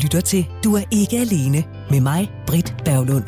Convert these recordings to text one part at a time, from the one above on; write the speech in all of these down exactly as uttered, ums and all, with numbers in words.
lytter til Du er ikke alene med mig, Britt Berglund.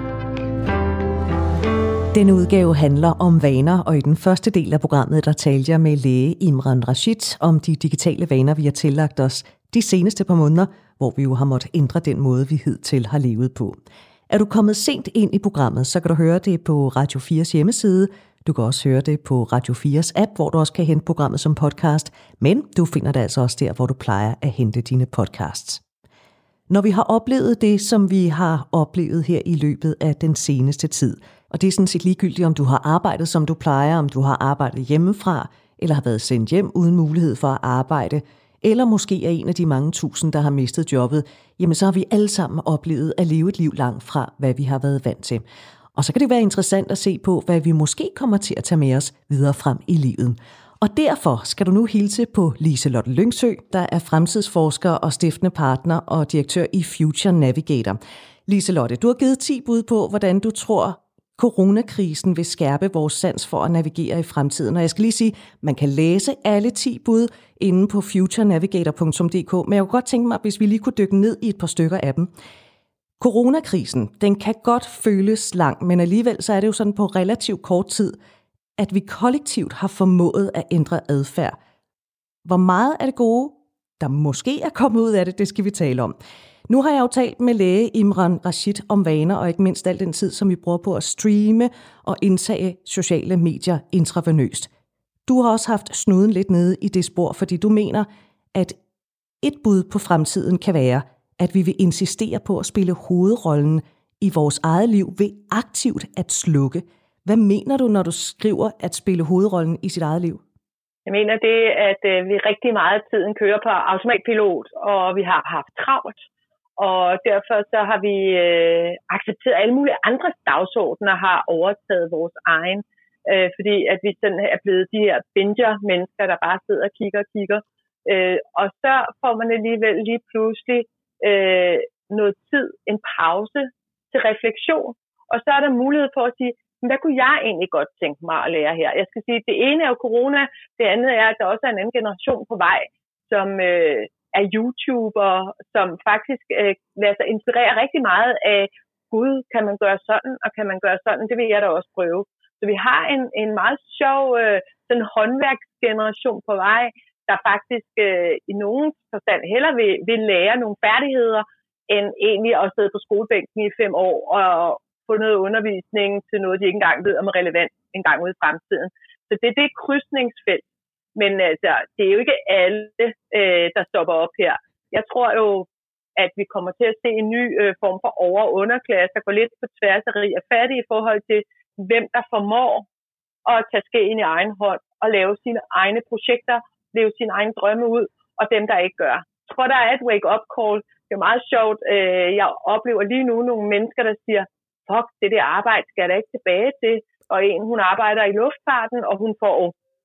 Denne udgave handler om vaner, og i den første del af programmet, der talte jeg med læge Imran Rashid om de digitale vaner, vi har tillagt os de seneste par måneder, hvor vi jo har måttet ændre den måde, vi hidtil har levet på. Er du kommet sent ind i programmet, så kan du høre det på Radio fires hjemmeside. Du kan også høre det på Radio fires app, hvor du også kan hente programmet som podcast, men du finder det altså også der, hvor du plejer at hente dine podcasts. Når vi har oplevet det, som vi har oplevet her i løbet af den seneste tid, og det er sådan set ligegyldigt, om du har arbejdet, som du plejer, om du har arbejdet hjemmefra, eller har været sendt hjem uden mulighed for at arbejde, eller måske er en af de mange tusind, der har mistet jobbet, jamen så har vi alle sammen oplevet at leve et liv langt fra, hvad vi har været vant til. Og så kan det være interessant at se på, hvad vi måske kommer til at tage med os videre frem i livet. Og derfor skal du nu hilse på Liselotte Lyngsø, der er fremtidsforsker og stiftende partner og direktør i Future Navigator. Liselotte, du har givet ti bud på, hvordan du tror, coronakrisen vil skærpe vores sans for at navigere i fremtiden. Og jeg skal lige sige, man kan læse alle ti bud inde på future navigator punktum d k, men jeg kunne godt tænke mig, hvis vi lige kunne dykke ned i et par stykker af dem. Coronakrisen, den kan godt føles lang, men alligevel så er det jo sådan på relativt kort tid, at vi kollektivt har formået at ændre adfærd. Hvor meget af det gode, der måske er kommet ud af det, det skal vi tale om. Nu har jeg jo talt med læge Imran Rashid om vaner, og ikke mindst al den tid, som vi bruger på at streame og indtage sociale medier intravenøst. Du har også haft snuden lidt nede i det spor, fordi du mener, at et bud på fremtiden kan være, at vi vil insistere på at spille hovedrollen i vores eget liv ved aktivt at slukke. Hvad mener du, når du skriver at spille hovedrollen i sit eget liv? Jeg mener det, at vi rigtig meget tiden kører på automatpilot, og vi har haft travlt. Og derfor så har vi øh, accepteret alle mulige andre dagsordner har overtaget vores egen. Øh, fordi at vi sådan er blevet de her binger-mennesker, der bare sidder og kigger og kigger. Øh, og så får man alligevel lige pludselig øh, noget tid, en pause til refleksion. Og så er der mulighed for at sige, hvad kunne jeg egentlig godt tænke mig at lære her? Jeg skal sige, det ene er jo corona, det andet er, at der også er en anden generation på vej, som øh, er YouTuber, som faktisk øh, lader sig inspirere rigtig meget af, gud, kan man gøre sådan, og kan man gøre sådan, det vil jeg da også prøve. Så vi har en, en meget sjov øh, sådan håndværksgeneration på vej, der faktisk øh, i nogen forstand hellere vil, vil lære nogle færdigheder, end egentlig at sidde på skolebænken i fem år og få noget undervisning til noget, de ikke engang ved om er relevant en gang ude i fremtiden. Så det er det krydsningsfelt. Men altså, det er jo ikke alle, øh, der stopper op her. Jeg tror jo, at vi kommer til at se en ny øh, form for over- og underklasse, der går lidt på tværs af rig og fattig i forhold til, hvem der formår at tage skeen i egen hånd og lave sine egne projekter, leve sine egne drømme ud, og dem, der ikke gør. Jeg tror, der er et wake-up call. Det er meget sjovt. Øh, jeg oplever lige nu nogle mennesker, der siger, fuck, det der arbejde skal der ikke tilbage til. Og en, hun arbejder i luftfarten, og hun får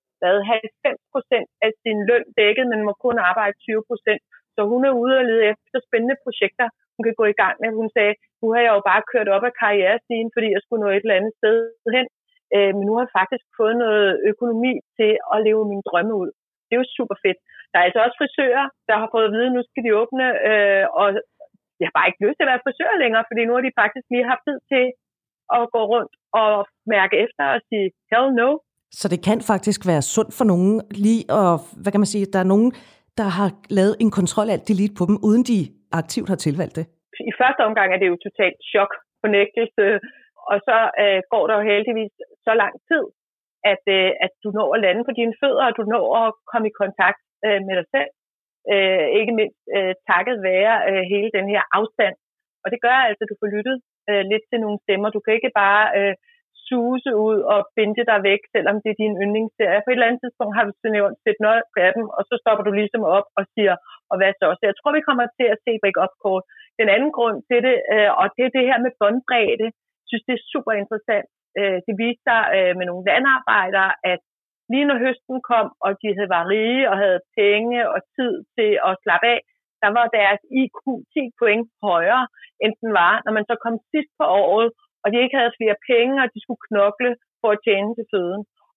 halvfems procent af sin løn dækket, men må kun arbejde tyve procent. Så hun er ude og lede efter spændende projekter, hun kan gå i gang med. Hun sagde, nu har jeg jo bare kørt op ad karrierestigen, fordi jeg skulle nå et eller andet sted hen. Øh, men nu har jeg faktisk fået noget økonomi til at leve mine drømme ud. Det er jo super fedt. Der er altså også frisører, der har fået at vide, at nu skal de åbne, øh, og jeg har bare ikke lyst til at være frisør længere, fordi nu har de faktisk lige haft tid til at gå rundt og mærke efter og sige, hell no. Så det kan faktisk være sundt for nogen lige, og hvad kan man sige, der er nogen, der har lavet en kontrol alt delete på dem, uden de aktivt har tilvalgt det? I første omgang er det jo totalt chok, fornægtelse, og så øh, går der jo heldigvis så lang tid, at, øh, at du når at lande på dine fødder, og du når at komme i kontakt øh, med dig selv. Øh, ikke mindst øh, takket være øh, hele den her afstand. Og det gør altså, at du får lyttet øh, lidt til nogle stemmer. Du kan ikke bare øh, suse ud og binde dig væk, selvom det er din yndlingsserie. På et eller andet tidspunkt har du set noget af dem, og så stopper du ligesom op og siger, og hvad så? Så jeg tror, vi kommer til at se wake-up call. Den anden grund til det, øh, og det er det her med båndbredde, synes det er super interessant. Øh, det viste sig øh, med nogle landarbejdere, at lige når høsten kom, og de havde var rige og havde penge og tid til at slappe af, der var deres I Q ti point højere, end den var, når man så kom sidst på året, og de ikke havde flere penge, og de skulle knokle for at tjene til føden.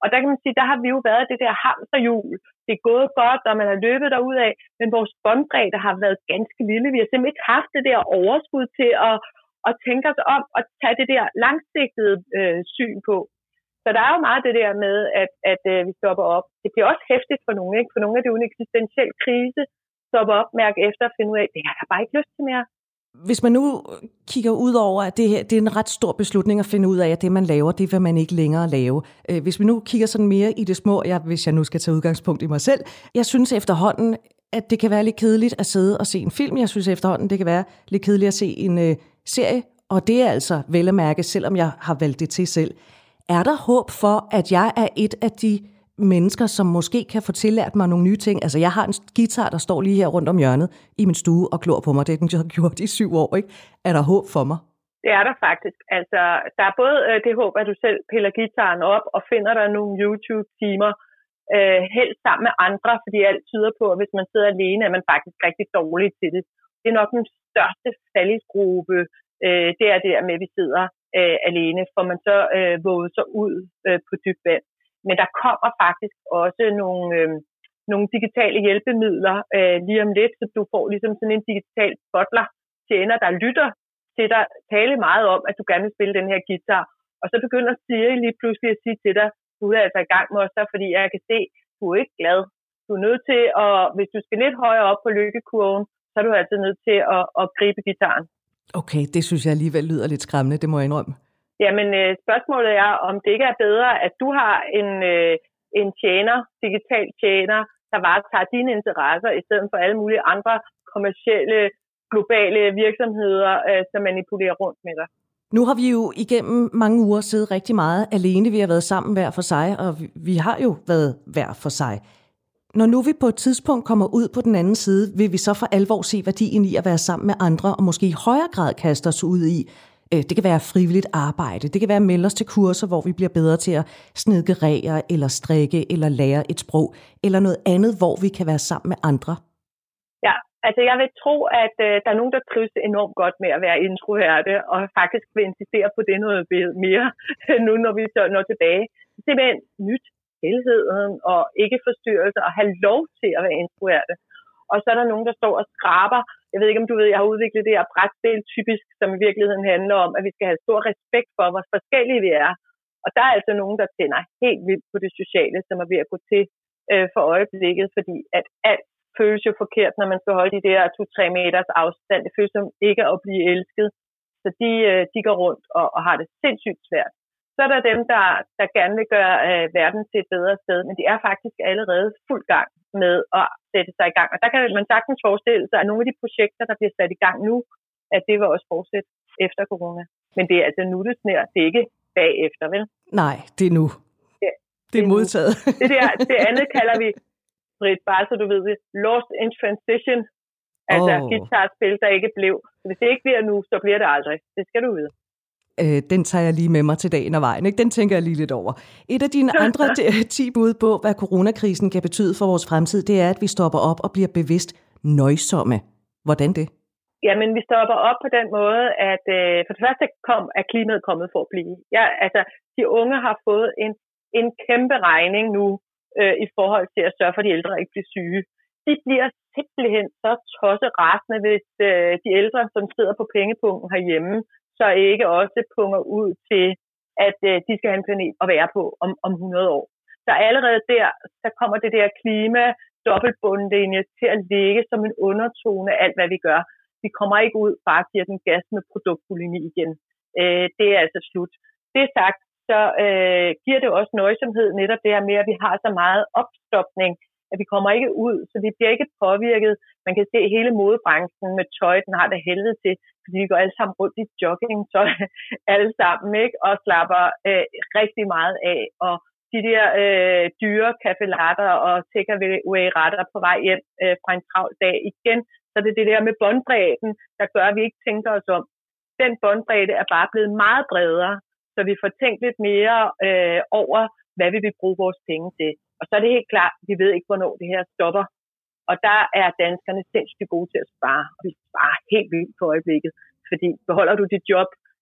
Og der kan man sige, der har vi jo været det der hamsterhjul. Det er gået godt, og man har løbet derudad, men vores båndbredde har været ganske lille. Vi har simpelthen ikke haft det der overskud til at, at tænke os om og tage det der langsigtede øh, syn på. Så der er jo meget det der med, at, at øh, vi stopper op. Det bliver også hæftigt for nogle, ikke? For nogle er det jo en eksistentiel krise. Stopper op, mærke efter og finde ud af, det har jeg bare ikke lyst til mere. Hvis man nu kigger ud over, at det her, det er en ret stor beslutning at finde ud af, at det, man laver, det vil man ikke længere lave. Hvis vi nu kigger sådan mere i det små, jeg, hvis jeg nu skal tage udgangspunkt i mig selv, jeg synes efterhånden, at det kan være lidt kedeligt at sidde og se en film. Jeg synes efterhånden, det kan være lidt kedeligt at se en uh, serie, og det er altså vel at mærke, selvom jeg har valgt det til selv. Er der håb for, at jeg er et af de mennesker, som måske kan få tillært mig nogle nye ting? Altså, jeg har en guitar, der står lige her rundt om hjørnet i min stue og klor på mig. Det er den, jeg har gjort i syv år, ikke? Er der håb for mig? Det er der faktisk. Altså, der er både øh, det håb, at du selv piller guitaren op og finder der nogle YouTube-timer, øh, helst sammen med andre, fordi alt tyder på, at hvis man sidder alene, er man faktisk rigtig dårlig til det. Det er nok den største faldgruppe, øh, det er det med, at vi sidder øh, alene, for man så øh, våger sig ud øh, på dybt vand. Men der kommer faktisk også nogle, øh, nogle digitale hjælpemidler øh, lige om lidt, så du får ligesom sådan en digital butler tjener, der lytter til dig, tale meget om, at du gerne vil spille den her guitar. Og så begynder Siri lige pludselig at sige til dig, du er altså i gang med os, fordi jeg kan se, du er ikke glad. Du er nødt til at, hvis du skal lidt højere op på lykkekurven, så er du altså nødt til at, at gribe guitaren. Okay, det synes jeg alligevel lyder lidt skræmmende, det må jeg indrømme. Jamen, øh, spørgsmålet er, om det ikke er bedre, at du har en, øh, en tjener, digital tjener, der varetager dine interesser, i stedet for alle mulige andre kommercielle, globale virksomheder, øh, som manipulerer rundt med dig. Nu har vi jo igennem mange uger siddet rigtig meget alene. Vi har været sammen hver for sig, og vi, vi har jo været hver for sig. Når nu vi på et tidspunkt kommer ud på den anden side, vil vi så for alvor se værdien i at være sammen med andre, og måske i højere grad kaste os ud i. Det kan være frivilligt arbejde, det kan være at melde os til kurser, hvor vi bliver bedre til at snedkerere, eller strikke, eller lære et sprog, eller noget andet, hvor vi kan være sammen med andre. Ja, altså jeg vil tro, at øh, der er nogen, der trives enormt godt med at være introverte, og faktisk vil insistere på det noget mere, nu når vi så når tilbage. Det er simpelthen nyt, helheden og ikke forstyrrelse, og have lov til at være introverte. Og så er der nogen, der står og skraber. Jeg ved ikke, om du ved, jeg har udviklet det her brætspil typisk, som i virkeligheden handler om, at vi skal have stor respekt for, hvor forskellige vi er. Og der er altså nogen, der tænder helt vildt på det sociale, som er ved at gå til øh, for øjeblikket, fordi at alt føles jo forkert, når man skal holde de der to-tre meters afstand. Det føles som ikke at blive elsket. Så de, øh, de går rundt og, og har det sindssygt svært. Så er der dem, der, der gerne vil gøre øh, verden til et bedre sted, men de er faktisk allerede fuld gang med at sætte sig i gang. Og der kan man sagtens forestille sig, at nogle af de projekter, der bliver sat i gang nu, at det vil også fortsætte efter corona. Men det er altså nu, det snær. Det er ikke bagefter, vel? Nej, det er nu. Ja, det, det er modtaget. Det, der, det andet kalder vi, Britt, bare så du ved det, lost in transition. Altså oh. guitarspil, der ikke blev. Hvis det ikke bliver nu, så bliver det aldrig. Det skal du vide. Den tager jeg lige med mig til dagen og vejen. Ikke? Den tænker jeg lige lidt over. Et af dine andre ti bud på, hvad coronakrisen kan betyde for vores fremtid, det er, at vi stopper op og bliver bevidst nøjsomme. Hvordan det? Jamen, vi stopper op på den måde, at øh, for det første kom, er klimaet kommet for at blive. Ja, altså, de unge har fået en, en kæmpe regning nu øh, i forhold til at sørge for, at de ældre ikke bliver syge. De bliver simpelthen så tosset rasende, hvis øh, de ældre, som sidder på pengepunkten herhjemme, så ikke også punger ud til, at øh, de skal have en planet at være på om, om hundrede år. Så allerede der, så kommer det der klima, dobbeltbundlinje til at ligge som en undertone af alt, hvad vi gør. Vi kommer ikke ud bare giver den gas med produktbulimi igen. Øh, det er altså slut. Det sagt, så øh, giver det også nøjsomhed netop det her med, at vi har så meget opstopning, at vi kommer ikke ud, så vi bliver ikke påvirket. Man kan se hele modebranchen med tøj, den har det helvede til, fordi vi går alle sammen rundt i joggingtøj, alle sammen, ikke? Og slapper øh, rigtig meget af. Og de der øh, dyre caffelatter og takeaway-retter på vej hjem øh, fra en travl dag igen, så det er det der med båndbredden, der gør, at vi ikke tænker os om. Den båndbredde er bare blevet meget bredere, så vi får tænkt lidt mere øh, over, hvad vi vil bruge vores penge til. Og så er det helt klart, vi ved ikke, hvornår det her stopper. Og der er danskerne sindssygt gode til at spare, og vi sparer helt vildt på øjeblikket. Fordi beholder du dit job,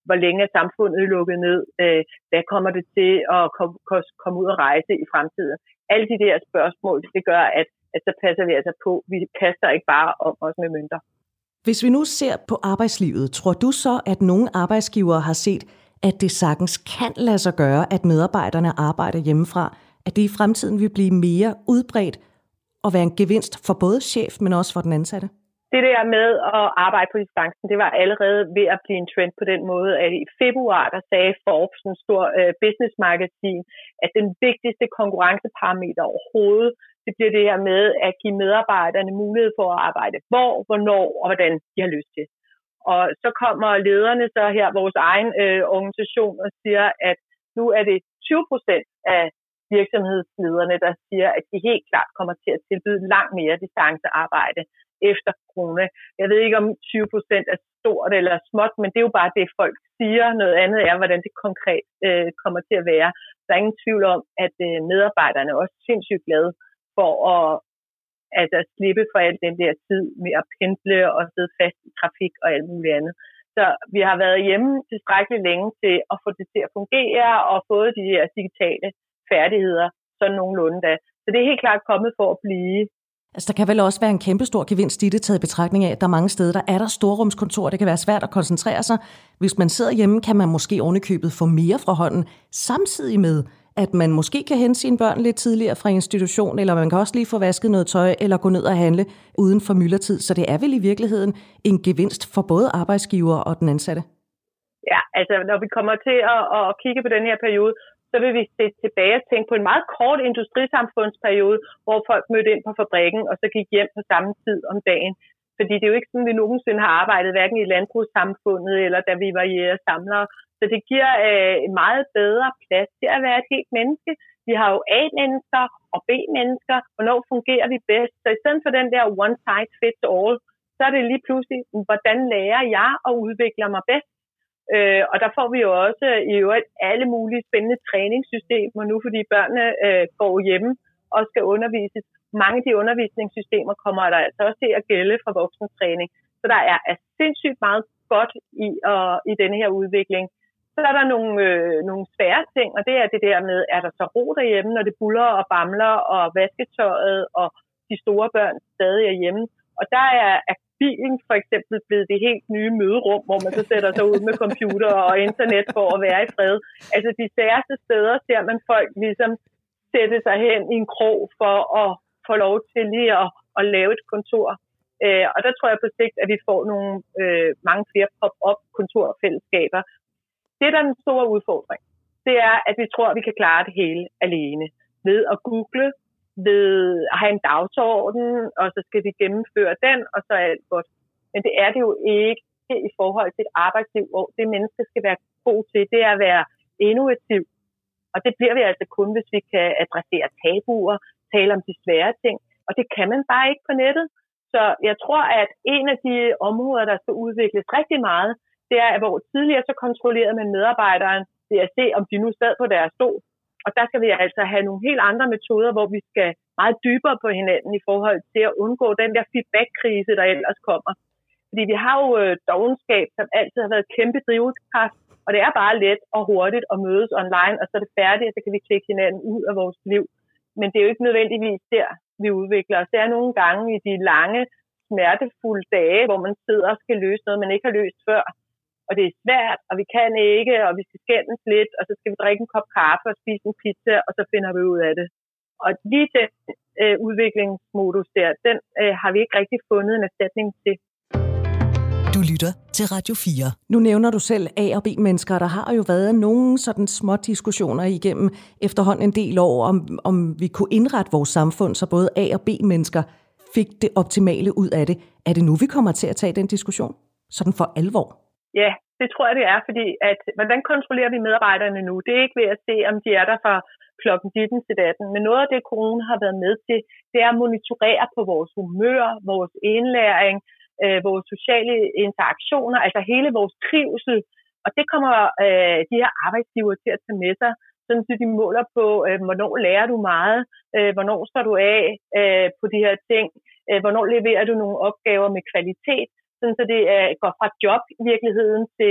hvor længe er samfundet lukket ned, øh, hvad kommer det til at komme, komme ud og rejse i fremtiden. Alle de der spørgsmål, det gør, at, at så passer vi altså på. Vi kaster ikke bare om os med mønter. Hvis vi nu ser på arbejdslivet, tror du så, at nogle arbejdsgivere har set, at det sagtens kan lade sig gøre, at medarbejderne arbejder hjemmefra, at det i fremtiden vil blive mere udbredt og være en gevinst for både chef, men også for den ansatte? Det der med at arbejde på distancen, det var allerede ved at blive en trend på den måde, at i februar, der sagde Forbes, en stor øh, businessmagasin, at den vigtigste konkurrenceparameter overhovedet, det bliver det her med at give medarbejderne mulighed for at arbejde hvor, hvornår og hvordan de har lyst til. Og så kommer lederne så her, vores egen øh, organisation, og siger, at nu er det tyve procent af virksomhedslederne, der siger, at de helt klart kommer til at tilbyde langt mere distancearbejde efter corona. Jeg ved ikke, om tyve procent er stort eller småt, men det er jo bare det, folk siger. Noget andet er, hvordan det konkret øh, kommer til at være. Der er ingen tvivl om, at øh, medarbejderne er også sindssygt glade for at altså, slippe for al den der tid med at pendle og sidde fast i trafik og alt muligt andet. Så vi har været hjemme tilstrækkeligt længe til at få det til at fungere og fået de her digitale færdigheder sådan nogenlunde da. Så det er helt klart kommet for at blive. Altså, der kan vel også være en kæmpestor gevinst i det, taget i betragtning af, at der er mange steder, der er der storrumskontor. Det kan være svært at koncentrere sig. Hvis man sidder hjemme, kan man måske ovenikøbet få mere fra hånden, samtidig med, at man måske kan hente sine børn lidt tidligere fra institution, eller man kan også lige få vasket noget tøj, eller gå ned og handle uden for myldretid. Så det er vel i virkeligheden en gevinst for både arbejdsgiver og den ansatte? Ja, altså når vi kommer til at, at kigge på den her periode, så vil vi se tilbage og tænke på en meget kort industrisamfundsperiode, hvor folk mødte ind på fabrikken, og så gik hjem på samme tid om dagen. Fordi det er jo ikke sådan, at vi nogensinde har arbejdet, hverken i landbrugssamfundet, eller da vi var jægersamlere. Så det giver øh, en meget bedre plads til at være et helt menneske. Vi har jo A-mennesker og B-mennesker. Hvornår fungerer vi bedst? Så i stedet for den der one size fits all, så er det lige pludselig, hvordan lærer jeg at udvikle mig bedst? Øh, og der får vi jo også i øvrigt alle mulige spændende træningssystemer nu, fordi børnene øh, går hjemme og skal undervises. Mange af de undervisningssystemer kommer der altså også til at gælde for voksentræning. Så der er, er sindssygt meget godt i, og, i denne her udvikling. Så er der nogle, øh, nogle svære ting, og det er det der med, er der så ro derhjemme, når det buller og bamler og vasketøjet og de store børn stadig er hjemme. Og der er, er bilen for eksempel blevet det helt nye møderum, hvor man så sætter sig ud med computer og internet for at være i fred. Altså de særste steder ser man folk ligesom sætte sig hen i en krog for at få lov til lige at, at lave et kontor. Øh, og der tror jeg på sigt, at vi får nogle øh, mange flere pop-up kontorfællesskaber. Det, der er den store udfordring, det er, at vi tror, at vi kan klare det hele alene. Ved at google, ved at have en dagsorden, og så skal vi gennemføre den, og så er alt godt. Men det er det jo ikke i forhold til et arbejdsliv, hvor det menneske skal være god til, det er at være innovativ. Og det bliver vi altså kun, hvis vi kan adressere tabuer, tale om de svære ting, og det kan man bare ikke på nettet. Så jeg tror, at en af de områder, der skal udvikles rigtig meget, det er, at hvor tidligere så kontrollerede man medarbejderen ved at se, om de nu sad på deres stol. Og der skal vi altså have nogle helt andre metoder, hvor vi skal meget dybere på hinanden i forhold til at undgå den der feedback-krise, der ellers kommer. Fordi vi har jo øh, dovenskab, som altid har været kæmpe drivkraft, og det er bare let og hurtigt at mødes online, og så er det færdigt, og så kan vi klikke hinanden ud af vores liv. Men det er jo ikke nødvendigvis der, vi udvikler os. Det er nogle gange i de lange, smertefulde dage, hvor man sidder og skal løse noget, man ikke har løst før. Og det er svært, og vi kan ikke, og vi skal skændes lidt, og så skal vi drikke en kop kaffe og spise en pizza, og så finder vi ud af det. Og lige den øh, udviklingsmodus der, den øh, har vi ikke rigtig fundet en erstatning til. Du lytter til Radio fire. Nu nævner du selv A- og B-mennesker, der har jo været nogle sådan små diskussioner igennem efterhånden en del år, om, om vi kunne indrette vores samfund, så både A- og B-mennesker fik det optimale ud af det. Er det nu, vi kommer til at tage den diskussion? Sådan for alvor? Ja, det tror jeg, det er, fordi at, hvordan kontrollerer vi medarbejderne nu? Det er ikke ved at se, om de er der fra klokken nitten til atten, men noget af det, corona har været med til, det er at monitorere på vores humør, vores indlæring, øh, vores sociale interaktioner, altså hele vores trivsel. Og det kommer øh, de her arbejdsgivere til at tage med sig, sådan at de måler på, øh, hvornår lærer du meget, øh, hvornår står du af øh, på de her ting, øh, hvornår leverer du nogle opgaver med kvalitet, sådan så det øh, går fra job i virkeligheden til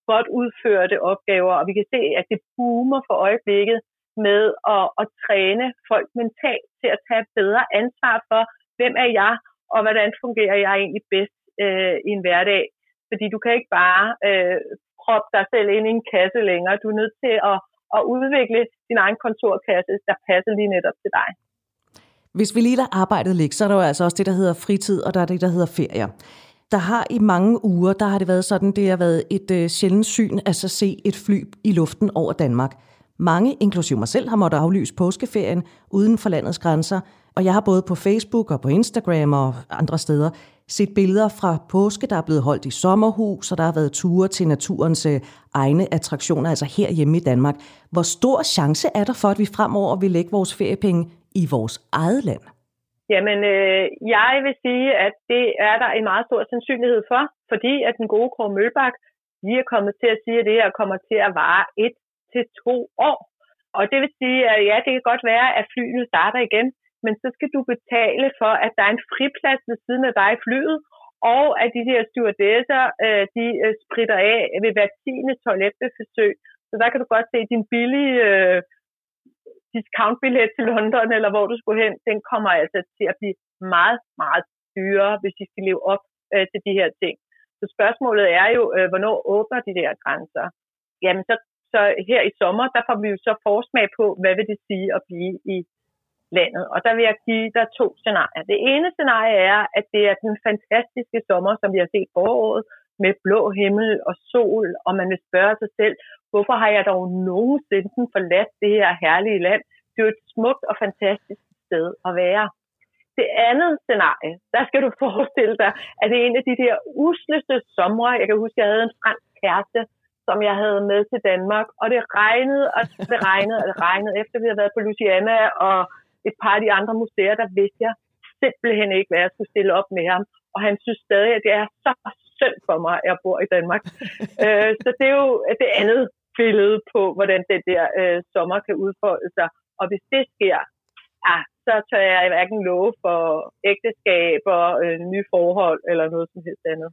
godt udførte opgaver, og vi kan se, at det boomer for øjeblikket med at, at træne folk mentalt til at tage bedre ansvar for, hvem er jeg, og hvordan fungerer jeg egentlig bedst øh, i en hverdag. Fordi du kan ikke bare øh, proppe dig selv ind i en kasse længere. Du er nødt til at, at udvikle din egen kontorkasse, der passer lige netop til dig. Hvis vi lige lader arbejdet ligge, så er der jo altså også det, der hedder fritid, og der er det, der hedder ferier. Der har i mange uger, der har det været sådan, det har været et øh, sjældent syn, altså se et fly i luften over Danmark. Mange, inklusive mig selv, har måttet aflyse påskeferien uden for landets grænser, og jeg har både på Facebook og på Instagram og andre steder set billeder fra påske, der er blevet holdt i sommerhus, og der har været ture til naturens øh, egne attraktioner, altså herhjemme i Danmark. Hvor stor chance er der for, at vi fremover vil lægge vores feriepenge i vores eget land? Jamen, øh, jeg vil sige, at det er der en meget stor sandsynlighed for, fordi at den gode Kåre Mølbak, de er kommet til at sige, at det her kommer til at vare et til to år. Og det vil sige, at ja, det kan godt være, at flyene starter igen, men så skal du betale for, at der er en friplads ved siden af dig i flyet, og at de her stewardesser, øh, de øh, spritter af ved hver tiende toiletbesøg. Så der kan du godt se, din billige øh, discountbillet til London, eller hvor du skulle hen, den kommer altså til at blive meget, meget dyrere, hvis de skal leve op øh, til de her ting. Så spørgsmålet er jo, øh, hvornår åbner de der grænser? Jamen, så, så her i sommer, der får vi jo så forsmag på, hvad vil det sige at blive i landet. Og der vil jeg give dig to scenarier. Det ene scenarie er, at det er den fantastiske sommer, som vi har set foråret, med blå himmel og sol, og man vil spørge sig selv, hvorfor har jeg dog nogensinde forladt det her herlige land? Det er jo et smukt og fantastisk sted at være. Det andet scenarie, der skal du forestille dig, at det er en af de der usleste somre. Jeg kan huske, at jeg havde en fransk kæreste, som jeg havde med til Danmark, og det regnede, og det regnede, og det regnede. Efter vi havde været på Louisiana og et par af de andre museer, der vidste jeg simpelthen ikke, hvad jeg skulle stille op med ham. Og han synes stadig, at det er så synd for mig, at jeg bor i Danmark. øh, så det er jo det andet billede på, hvordan den der øh, sommer kan udfolde sig. Og hvis det sker, ja, så tør jeg hverken love for ægteskaber, øh, nye forhold eller noget som helst andet.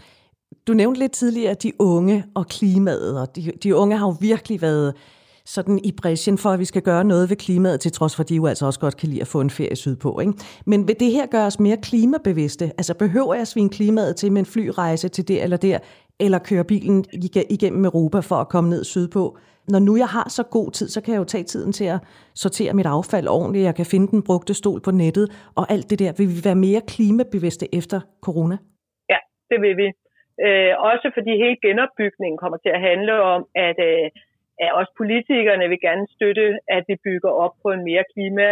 Du nævnte lidt tidligere de unge og klimaet, og de, de unge har jo virkelig været sådan i bræschen for, at vi skal gøre noget ved klimaet, til trods for, at de jo altså også godt kan lide at få en ferie sydpå, ikke? Men vil det her gøre os mere klimabevidste? Altså behøver jeg at svine klimaet til med en flyrejse til det eller der, eller køre bilen igennem Europa for at komme ned sydpå? Når nu jeg har så god tid, så kan jeg jo tage tiden til at sortere mit affald ordentligt, jeg kan finde den brugte stol på nettet, og alt det der. Vil vi være mere klimabevidste efter corona? Ja, det vil vi. Øh, også fordi hele genopbygningen kommer til at handle om, at øh, at også politikerne vil gerne støtte, at vi bygger op på en mere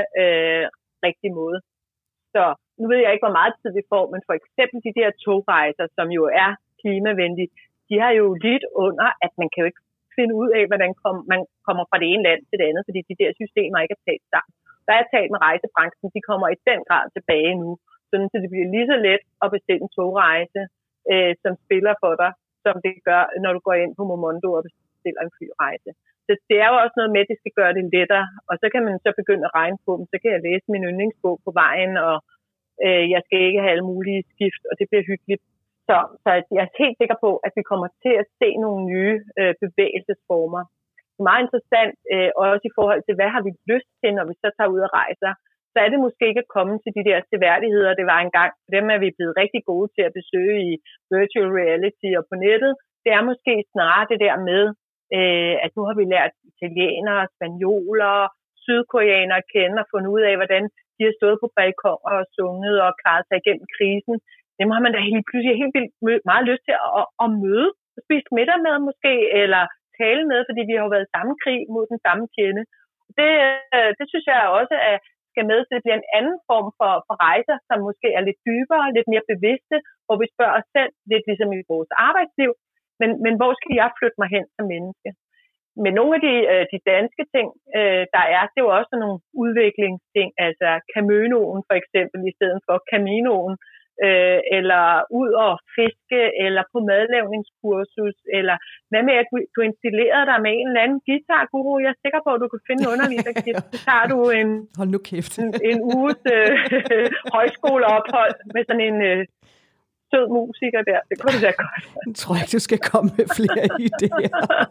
klimarigtig øh, måde. Så nu ved jeg ikke, hvor meget tid vi får, men for eksempel de der togrejser, som jo er klimavenlige, de har jo lidt under, at man kan jo ikke finde ud af, hvordan kom, man kommer fra det ene land til det andet, fordi de der systemer ikke er talt sammen. Der er talt med rejsebranchen, de kommer i den grad tilbage nu, sådan så det bliver lige så let at bestille en togrejse, øh, som spiller for dig, som det gør, når du går ind på Momondo og bestiller en flyrejse. Så det er jo også noget med, at det skal gøre det lettere, og så kan man så begynde at regne på dem. Så kan jeg læse min yndlingsbog på vejen, og øh, jeg skal ikke have alle mulige skift, og det bliver hyggeligt. Så, så jeg er helt sikker på, at vi kommer til at se nogle nye øh, bevægelsesformer. Det er meget interessant, øh, også i forhold til, hvad har vi lyst til, når vi så tager ud og rejser. Så er det måske ikke at komme til de der seværdigheder, det var engang. For dem er vi blevet rigtig gode til at besøge i virtual reality og på nettet. Det er måske snarere det der med, øh, at nu har vi lært italienere, spanioler, sydkoreanere at kende og fundet ud af, hvordan de har stået på balkoner og sunget og klaret sig igennem krisen. Dem har man da helt pludselig helt vildt meget lyst til at, at, at møde, spise middag med måske, eller tale med, fordi vi har været i samme krig mod den samme fjende. Det, det synes jeg også er, skal med til, at det bliver en anden form for, for rejser, som måske er lidt dybere, lidt mere bevidste, hvor vi spørger os selv, lidt ligesom i vores arbejdsliv, men, men hvor skal jeg flytte mig hen som menneske? Men nogle af de, de danske ting, der er, det er jo også nogle udviklingsting, altså Caminoen for eksempel, i stedet for Caminoen, Øh, eller ud og fiske, eller på madlavningskursus, eller hvad med, at du, du installerer dig med en eller anden guitar-guru. Jeg er sikker på, at du kan finde en underviser. Så tager du en, Hold nu kæft. en, en uges øh, højskoleophold med sådan en øh, sød musiker der. Det kunne det da godt. Jeg tror ikke, du skal komme med flere idéer.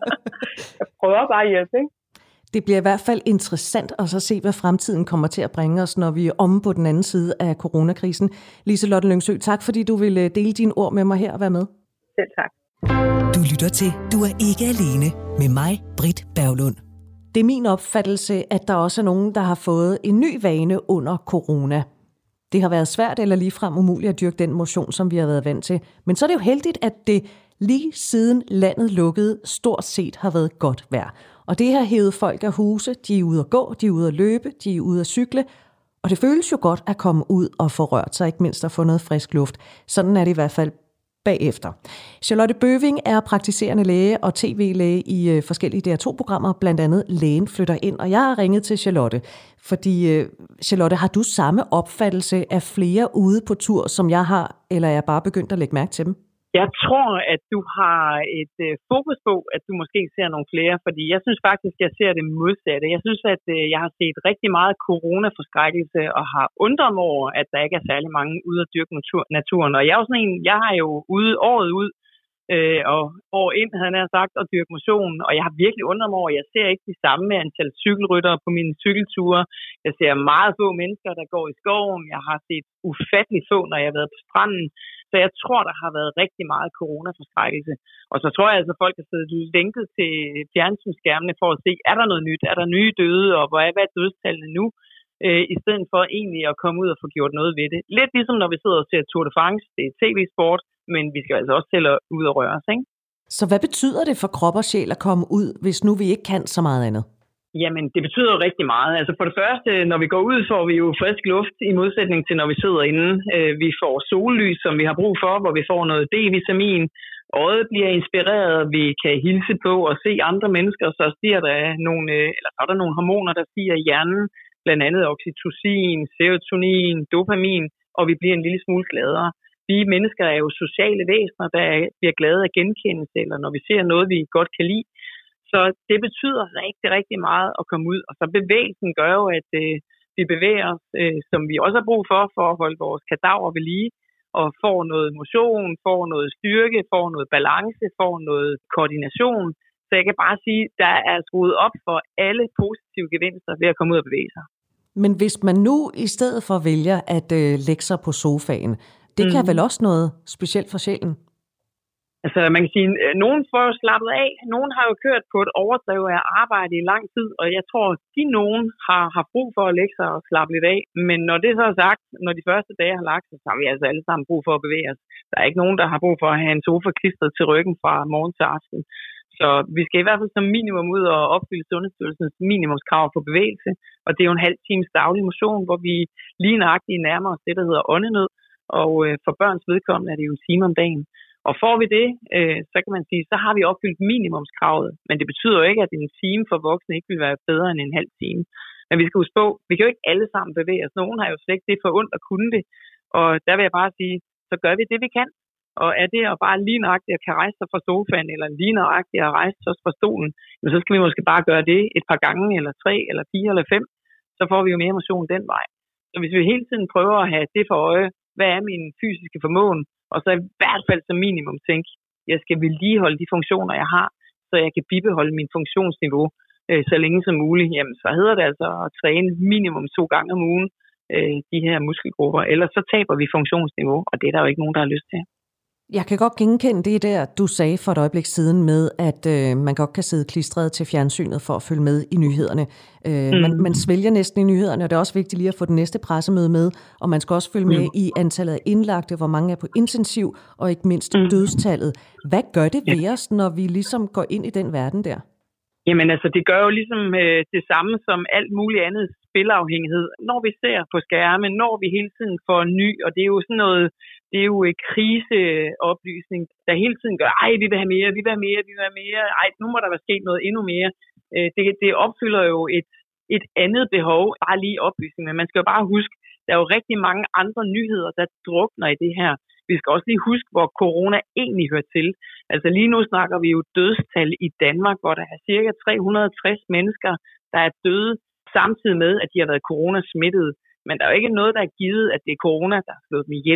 Jeg prøver bare at hjælpe, ikke? Det bliver i hvert fald interessant at så se, hvad fremtiden kommer til at bringe os, når vi er omme på den anden side af coronakrisen. Liselotte Lyngsø, tak fordi du ville dele dine ord med mig her og være med. Selv tak. Du lytter til Du er ikke alene med mig, Britt Berglund. Det er min opfattelse, at der også er nogen, der har fået en ny vane under corona. Det har været svært eller ligefrem umuligt at dyrke den motion, som vi har været vant til. Men så er det jo heldigt, at det lige siden landet lukkede stort set har været godt vejr. Og det har hævet folk af huse, de er ude at gå, de er ude at løbe, de er ude at cykle. Og det føles jo godt at komme ud og få rørt sig, ikke mindst at få noget frisk luft. Sådan er det i hvert fald bagefter. Charlotte Bøving er praktiserende læge og tv-læge i forskellige D R to-programmer, blandt andet Lægen flytter ind. Og jeg har ringet til Charlotte, fordi Charlotte, har du samme opfattelse af flere ude på tur, som jeg har, eller er jeg bare begyndt at lægge mærke til dem? Jeg tror, at du har et øh, fokus på, at du måske ser nogle flere, fordi jeg synes faktisk, at jeg ser det modsatte. Jeg synes, at øh, jeg har set rigtig meget coronaforskrækkelse og har undret mig over, at der ikke er særlig mange ude at dyrke natur- naturen. Og jeg er jo sådan en, jeg har jo ude året ud, øh, og år ind, havde jeg sagt, at dyrke motion. Og jeg har virkelig undret mig over, at jeg ser ikke de samme antal cykelryttere på mine cykelture. Jeg ser meget få mennesker, der går i skoven. Jeg har set ufatteligt få, når jeg har været på stranden. Så jeg tror, der har været rigtig meget coronaforskrækkelse. Og så tror jeg altså, at folk har siddet lænket til fjernsynsskærmene for at se, er der noget nyt? Er der nye døde? Og hvad er dødstallene nu? Øh, I stedet for egentlig at komme ud og få gjort noget ved det. Lidt ligesom når vi sidder og ser Tour de France. Det er tv-sport, men vi skal altså også til at ud og røre os, ikke? Så hvad betyder det for krop og sjæl at komme ud, hvis nu vi ikke kan så meget andet? Jamen, det betyder jo rigtig meget. Altså for det første, når vi går ud, får vi jo frisk luft i modsætning til, når vi sidder inde. Vi får sollys, som vi har brug for, hvor vi får noget D-vitamin. Øjet bliver inspireret, vi kan hilse på og se andre mennesker, så stiger der nogle, eller så er der nogle hormoner, der stiger i hjernen, blandt andet oxytocin, serotonin, dopamin, og vi bliver en lille smule gladere. Vi mennesker er jo sociale væsener, der bliver glade af genkendelse, eller når vi ser noget, vi godt kan lide. Så det betyder rigtig, rigtig meget at komme ud. Og så bevægelsen gør jo, at øh, vi bevæger os, øh, som vi også har brug for, for at holde vores kadaver ved lige, og får noget motion, får noget styrke, får noget balance, får noget koordination. Så jeg kan bare sige, at der er skruet op for alle positive gevinster ved at komme ud og bevæge sig. Men hvis man nu i stedet for vælger at øh, lægge sig på sofaen, det kan mm. vel også noget specielt for sjælen? Altså man kan sige, at nogen får slappet af. Nogen har jo kørt på et overdrev af arbejde i lang tid, og jeg tror, at de nogen har, har brug for at lægge sig og slappe lidt af. Men når det så er sagt, når de første dage har lagt sig, så har vi altså alle sammen brug for at bevæge os. Der er ikke nogen, der har brug for at have en sofa klistret til ryggen fra morgen til aften. Så vi skal i hvert fald som minimum ud og opfylde Sundhedsstyrelsens minimumskrav på bevægelse. Og det er jo en halv times daglig motion, hvor vi lige nøjagtigt nærmer os det, der hedder åndenød. Og øh, for børns vedkommende er det jo en time om dagen. Og får vi det, øh, så kan man sige, så har vi opfyldt minimumskravet. Men det betyder jo ikke, at en time for voksne ikke vil være bedre end en halv time. Men vi skal huske på, vi kan jo ikke alle sammen bevæge os. Nogen har jo slet ikke det for ondt at kunne det. Og der vil jeg bare sige, så gør vi det, vi kan. Og er det at bare lige nøjagtigt at kan rejse sig fra sofaen, eller lige nøjagtigt at rejse sig fra stolen, men så skal vi måske bare gøre det et par gange, eller tre, eller fire, eller fem. Så får vi jo mere motion den vej. Så hvis vi hele tiden prøver at have det for øje, hvad er min fysiske formåen, og så i hvert fald som minimum tænke, jeg skal vedligeholde de funktioner, jeg har, så jeg kan bibeholde min funktionsniveau øh, så længe som muligt. Jamen, så hedder det altså at træne minimum to gange om ugen øh, de her muskelgrupper, ellers så taber vi funktionsniveau, og det er der jo ikke nogen, der har lyst til. Jeg kan godt genkende det der, du sagde for et øjeblik siden med, at øh, man godt kan sidde klistret til fjernsynet for at følge med i nyhederne. Øh, mm. man, man svælger næsten i nyhederne, og det er også vigtigt lige at få det næste pressemøde med, og man skal også følge med mm. i antallet af indlagte, hvor mange er på intensiv, og ikke mindst mm. dødstallet. Hvad gør det ved os, når vi ligesom går ind i den verden der? Jamen altså, det gør jo ligesom øh, det samme som alt muligt andet spilafhængighed. Når vi ser på skærme, når vi hele tiden får ny, og det er jo sådan noget, det er jo en kriseoplysning, der hele tiden gør, ej, vi vil have mere, vi vil have mere, vi vil have mere, ej, nu må der være sket noget endnu mere. Øh, det, det opfylder jo et, et andet behov, bare lige oplysning. Men man skal jo bare huske, der er jo rigtig mange andre nyheder, der drukner i det her. Vi skal også lige huske, hvor corona egentlig hører til. Altså lige nu snakker vi jo dødstal i Danmark, hvor der er cirka tre hundrede og tres mennesker, der er døde, samtidig med, at de har været coronasmittede. Men der er jo ikke noget, der er givet, at det er corona, der har slået dem ihjel.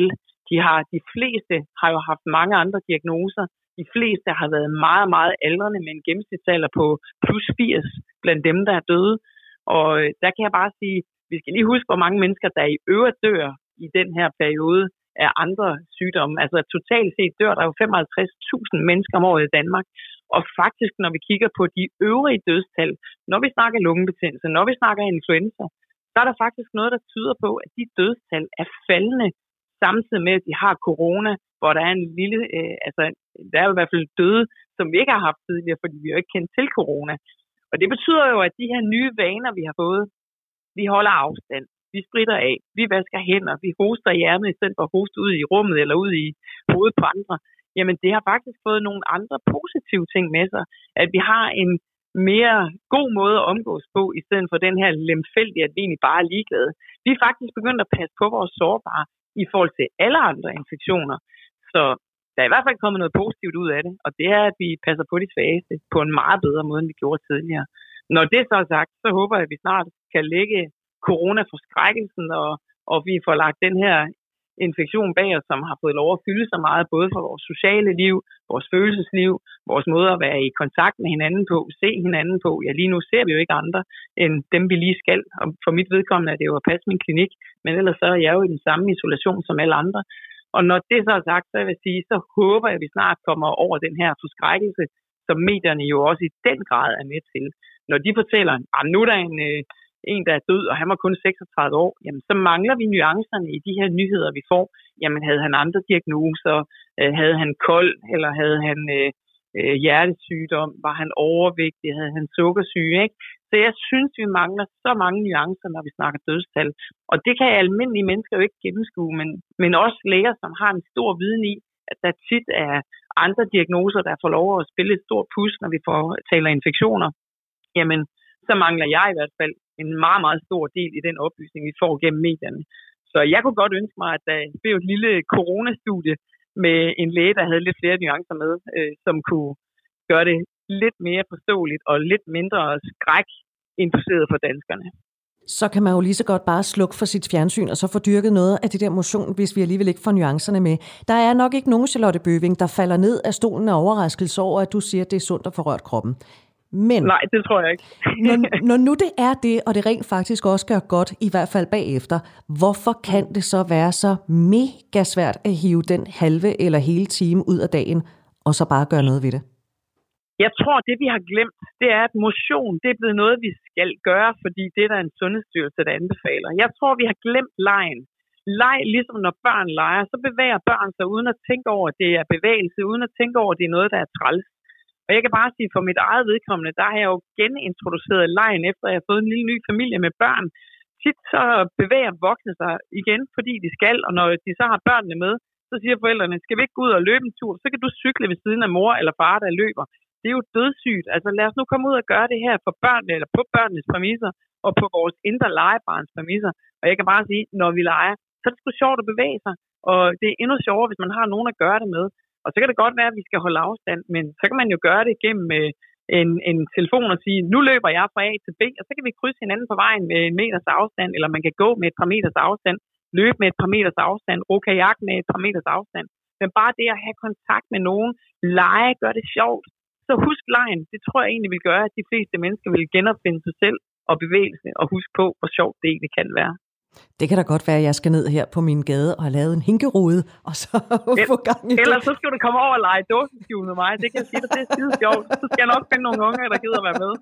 De, har, de fleste har jo haft mange andre diagnoser. De fleste har været meget, meget aldrende med en gennemsnitsalder på plus firs blandt dem, der er døde. Og der kan jeg bare sige, vi skal lige huske, hvor mange mennesker, der i øvrigt dør i den her periode af andre sygdomme. Altså totalt set dør der jo femoghalvtreds tusind mennesker om året i Danmark. Og faktisk, når vi kigger på de øvrige dødstal, når vi snakker lungebetændelse, når vi snakker influenza, så er der faktisk noget, der tyder på, at de dødstal er faldende, samtidig med, at de har corona, hvor der er en lille, øh, altså der er jo i hvert fald døde, som vi ikke har haft tidligere, fordi vi jo ikke kendt til corona. Og det betyder jo, at de her nye vaner, vi har fået, vi holder afstand, vi spritter af, vi vasker hænder, vi hoster i hjernen i stedet for at hoste ud i rummet eller ud i hovedet på andre. Jamen det har faktisk fået nogle andre positive ting med sig, at vi har en mere god måde at omgås på, i stedet for den her lemfældige, at vi egentlig bare er ligeglade. Vi er faktisk begyndt at passe på vores sårbare i forhold til alle andre infektioner. Så der er i hvert fald kommet noget positivt ud af det, og det er, at vi passer på de svageste på en meget bedre måde, end vi gjorde tidligere. Når det så er sagt, så håber jeg, at vi snart kan lægge coronaforskrækkelsen, og, og vi får lagt den her infektion bag os, som har fået lov at fylde så meget, både for vores sociale liv, vores følelsesliv, vores måde at være i kontakt med hinanden på, se hinanden på. Ja, lige nu ser vi jo ikke andre, end dem vi lige skal. Og for mit vedkommende er det jo at passe min klinik, men ellers så er jeg jo i den samme isolation som alle andre. Og når det så er sagt, så vil jeg sige, så håber jeg, at vi snart kommer over den her forskrækkelse, som medierne jo også i den grad er med til. Når de fortæller, at nu er der en, øh, en, der er død, og han var kun seksogtredive år, jamen så mangler vi nuancerne i de her nyheder, vi får. Jamen havde han andre diagnoser, øh, havde han kold, eller havde han øh, øh, hjertesygdom, var han overvægtig, havde han sukkersyge, ikke? Så jeg synes, vi mangler så mange nuancer, når vi snakker dødstal. Og det kan almindelige mennesker jo ikke gennemskue, men, men også læger, som har en stor viden i, at der tit er andre diagnoser, der får lov at spille et stort pus, når vi får taler infektioner. Jamen, så mangler jeg i hvert fald en meget, meget stor del i den oplysning, vi får gennem medierne. Så jeg kunne godt ønske mig, at der blev et lille coronastudie med en læge, der havde lidt flere nuancer med, øh, som kunne gøre det lidt mere forståeligt og lidt mindre skrækinduceret for danskerne. Så kan man jo lige så godt bare slukke for sit fjernsyn og så få dyrket noget af det der motion, hvis vi alligevel ikke får nuancerne med. Der er nok ikke nogen Charlotte Bøving, der falder ned af stolen af overraskelse over, at du siger, at det er sundt at få rørt kroppen. Men nej, det tror jeg ikke. når, når nu det er det, og det rent faktisk også gør godt, i hvert fald bagefter, hvorfor kan det så være så mega svært at hive den halve eller hele time ud af dagen, og så bare gøre noget ved det? Jeg tror, det vi har glemt, det er, at motion, det er blevet noget, vi skal gøre, fordi det er der en sundhedsstyrelse, der anbefaler. Jeg tror, vi har glemt legen. Leg, ligesom når børn leger, så bevæger børn sig uden at tænke over, at det er bevægelse, uden at tænke over, at det er noget, der er træls. Og jeg kan bare sige, for mit eget vedkommende, der har jeg jo genintroduceret legen, efter jeg har fået en lille ny familie med børn. Tit så bevæger voksne sig igen, fordi de skal, og når de så har børnene med, så siger forældrene, skal vi ikke gå ud og løbe en tur, så kan du cykle ved siden af mor eller far, der løber. Det er jo dødssygt. Altså lad os nu komme ud og gøre det her for børnene, eller på børnenes præmisser, og på vores indre legebarns præmisser. Og jeg kan bare sige, når vi leger, så er det sgu sjovt at bevæge sig. Og det er endnu sjovere, hvis man har nogen at gøre det med. Og så kan det godt være, at vi skal holde afstand, men så kan man jo gøre det gennem en, en telefon og sige, nu løber jeg fra A til B, og så kan vi krydse hinanden på vejen med en meters afstand, eller man kan gå med et par meters afstand, løbe med et par meters afstand, ro kajak med et par meters afstand. Men bare det at have kontakt med nogen, lege, gør det sjovt. Så husk legen, det tror jeg egentlig vil gøre, at de fleste mennesker vil genopfinde sig selv og bevægelse, og huske på, hvor sjovt det egentlig kan være. Det kan da godt være, at jeg skal ned her på min gade og have lavet en hinkerude, og så El- få gang i det. Ellers så skal du komme over og lege dåseskjul med mig. Det kan jeg sige dig, det er skide sjovt. Så skal jeg nok finde nogle unger, der gider være med.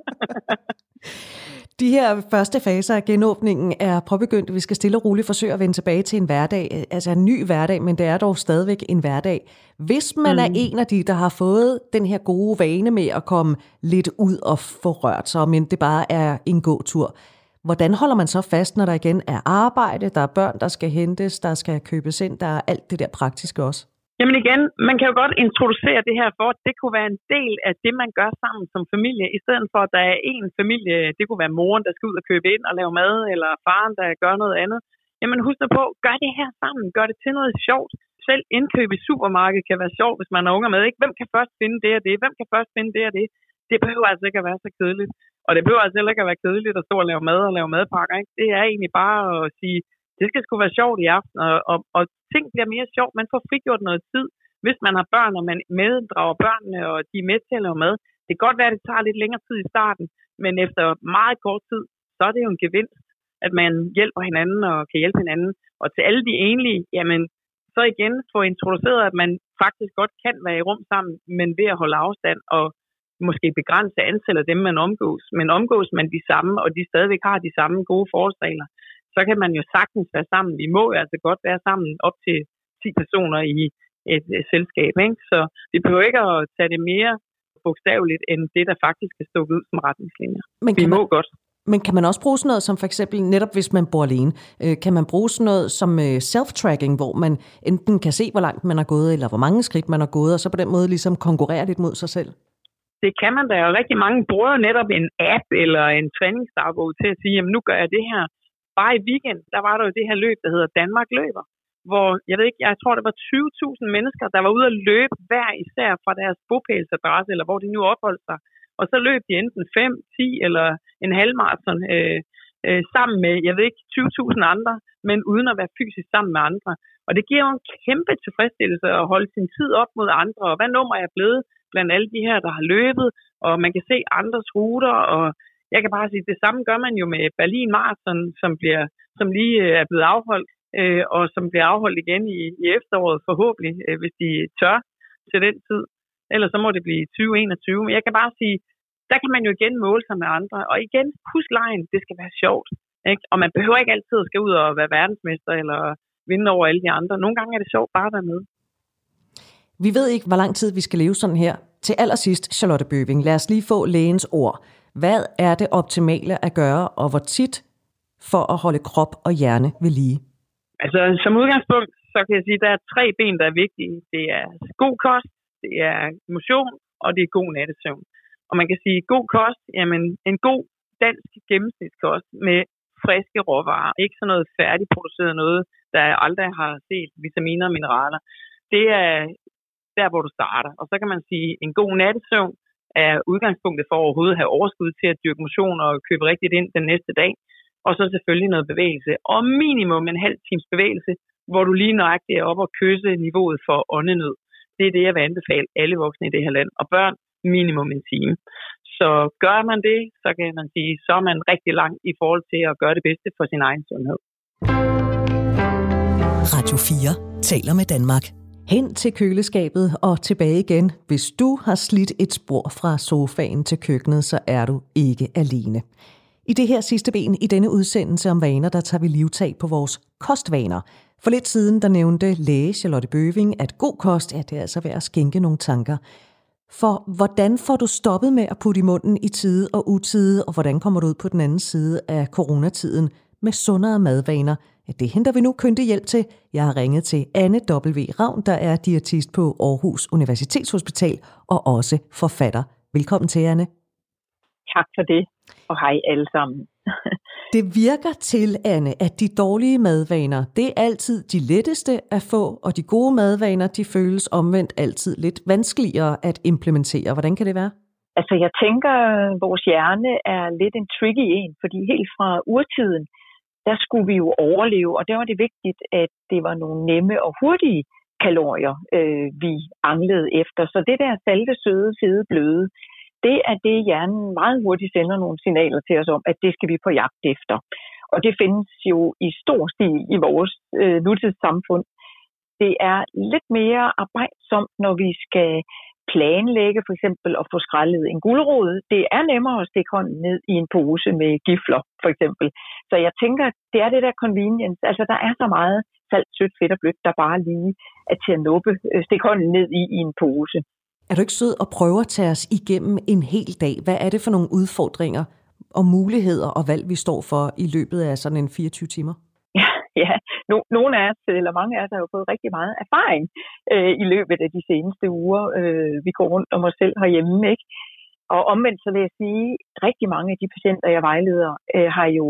De her første faser af genåbningen er påbegyndt. Vi skal stille og roligt forsøge at vende tilbage til en hverdag, altså en ny hverdag, men det er dog stadigvæk en hverdag. Hvis man mm. er en af de, der har fået den her gode vane med at komme lidt ud og få rørt sig, men det bare er en gåtur, hvordan holder man så fast, når der igen er arbejde, der er børn, der skal hentes, der skal købes ind, der er alt det der praktiske også? Jamen igen, man kan jo godt introducere det her for, at det kunne være en del af det, man gør sammen som familie, i stedet for, at der er en familie, det kunne være moren, der skal ud og købe ind og lave mad, eller faren, der gør noget andet. Jamen husk på, gør det her sammen, gør det til noget sjovt. Selv indkøb i supermarkedet kan være sjovt, hvis man har unger med, ikke? Hvem kan først finde det og det? Hvem kan først finde det og det? Det behøver altså ikke at være så kedeligt. Og det behøver altså heller ikke at være kedeligt at stå og lave mad og lave madpakker, ikke? Det er egentlig bare at sige, det skal sgu være sjovt i aften, og, og, og ting bliver mere sjovt. Man får frigjort noget tid, hvis man har børn, og man meddrager børnene, og de er med til at lave mad. Det kan godt være, at det tager lidt længere tid i starten, men efter meget kort tid, så er det jo en gevinst, at man hjælper hinanden og kan hjælpe hinanden. Og til alle de enlige, jamen, så igen få introduceret, at man faktisk godt kan være i rum sammen, men ved at holde afstand og måske begrænse antallet af dem, man omgås. Men omgås man de samme, og de stadigvæk har de samme gode forholdsregler, så kan man jo sagtens være sammen. Vi må jo altså godt være sammen op til ti personer i et, et selskab, ikke? Så vi behøver ikke at tage det mere bogstaveligt, end det, der faktisk skal stå ud som retningslinjer. Men vi må man, godt. Men kan man også bruge sådan noget som for eksempel, netop hvis man bor alene, øh, kan man bruge sådan noget som øh, self-tracking, hvor man enten kan se, hvor langt man har gået, eller hvor mange skridt man har gået, og så på den måde ligesom konkurrere lidt mod sig selv? Det kan man da, og rigtig mange bruger netop en app eller en træningsdagbog til at sige, jamen nu gør jeg det her. Bare i weekend, der var der jo det her løb, der hedder Danmark løber, hvor, jeg ved ikke, jeg tror, der var tyve tusind mennesker, der var ude at løbe hver især fra deres bopælsadresse, eller hvor de nu opholdt sig. Og så løb de enten fem, ti eller en halvmarathon øh, øh, sammen med, jeg ved ikke, tyve tusind andre, men uden at være fysisk sammen med andre. Og det giver jo en kæmpe tilfredsstillelse at holde sin tid op mod andre, og hvad nummer er jeg blevet blandt alle de her, der har løbet, og man kan se andres ruter, og jeg kan bare sige, det samme gør man jo med Berlin Marathon, som, bliver, som lige er blevet afholdt, øh, og som bliver afholdt igen i, i efteråret forhåbentlig, øh, hvis de tør til den tid. Ellers så må det blive tyve enogtyve. Men jeg kan bare sige, der kan man jo igen måle sig med andre. Og igen, husk lejen, det skal være sjovt. Ikke? Og man behøver ikke altid at skal ud og være verdensmester eller vinde over alle de andre. Nogle gange er det sjovt bare at være med. Vi ved ikke, hvor lang tid vi skal leve sådan her. Til allersidst, Charlotte Bøving, lad os lige få lægens ord. Hvad er det optimale at gøre, og hvor tit for at holde krop og hjerne ved lige? Altså, som udgangspunkt, så kan jeg sige, at der er tre ben, der er vigtige. Det er god kost, det er motion, og det er god nattesøvn. Og man kan sige, god kost, jamen en god dansk gennemsnitskost med friske råvarer. Ikke sådan noget færdigproduceret noget, der aldrig har set vitaminer og mineraler. Det er der, hvor du starter. Og så kan man sige, en god nattesøvn er udgangspunktet for overhovedet at have overskud til at dyrke motion og købe rigtigt ind den næste dag. Og så selvfølgelig noget bevægelse. Og minimum en halv times bevægelse, hvor du lige nøjagtigt er oppe og kysse niveauet for åndenød. Det er det, jeg vil anbefale alle voksne i det her land. Og børn, minimum en time. Så gør man det, så kan man sige, så er man rigtig langt i forhold til at gøre det bedste for sin egen sundhed. Radio fire taler med Danmark. Hen til køleskabet og tilbage igen. Hvis du har slidt et spor fra sofaen til køkkenet, så er du ikke alene. I det her sidste ben i denne udsendelse om vaner, der tager vi livtag på vores kostvaner. For lidt siden, der nævnte læge Charlotte Bøving, at god kost, ja, det er altså ved at skænke nogle tanker. For hvordan får du stoppet med at putte i munden i tide og utide, og hvordan kommer du ud på den anden side af coronatiden med sundere madvaner? Ja, det henter vi nu kyndig hjælp til. Jeg har ringet til Anne W. Ravn, der er diætist på Aarhus Universitetshospital og også forfatter. Velkommen til, Anne. Tak for det, og hej alle sammen. Det virker til, Anne, at de dårlige madvaner, det er altid de letteste at få, og de gode madvaner, de føles omvendt altid lidt vanskeligere at implementere. Hvordan kan det være? Altså, jeg tænker, at vores hjerne er lidt en tricky en, fordi helt fra urtiden, der skulle vi jo overleve, og der var det vigtigt, at det var nogle nemme og hurtige kalorier, øh, vi anglede efter. Så det der salte, søde, fede, bløde, det er det, hjernen meget hurtigt sender nogle signaler til os om, at det skal vi på jagt efter. Og det findes jo i stor stil i vores øh, nutidssamfund. Det er lidt mere arbejdsomt, når vi skal planlægge for eksempel at få skrællet en gulerod. Det er nemmere at stikke hånden ned i en pose med gifler for eksempel. Så jeg tænker, det er det der convenience. Altså der er så meget salt, sødt, fedt og blødt, der bare lige er til at nuppe, stikke hånden ned i, i en pose. Er du ikke sød at prøve at tage os igennem en hel dag? Hvad er det for nogle udfordringer og muligheder og valg, vi står for i løbet af sådan en fireogtyve timer? Ja, ja. No, nogle af os, eller mange af os, har jo fået rigtig meget erfaring øh, i løbet af de seneste uger. Øh, vi går rundt om os selv herhjemme, ikke? Og omvendt så vil jeg sige, rigtig mange af de patienter, jeg vejleder, øh, har jo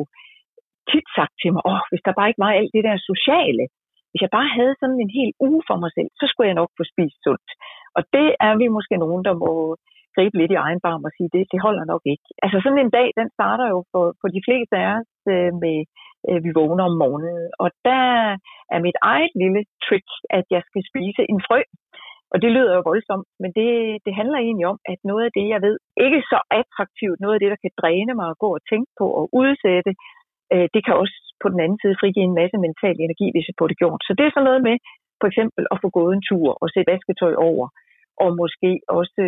tit sagt til mig, åh, hvis der bare ikke var alt det der sociale, hvis jeg bare havde sådan en hel uge for mig selv, så skulle jeg nok få spist sundt. Og det er vi måske nogen, der må gribe lidt i egen barm og sige, det, det holder nok ikke. Altså sådan en dag, den starter jo for, for de fleste af os øh, med øh, vi vågner om morgenen. Og der er mit eget lille trick, at jeg skal spise en frø. Og det lyder jo voldsomt, men det, det handler egentlig om, at noget af det, jeg ved, ikke så attraktivt, noget af det, der kan dræne mig at gå og tænke på og udsætte, øh, det kan også på den anden side frigive en masse mental energi, hvis jeg får det gjort. Så det er sådan noget med, for eksempel at få gået en tur og sætte vasketøj over, og måske også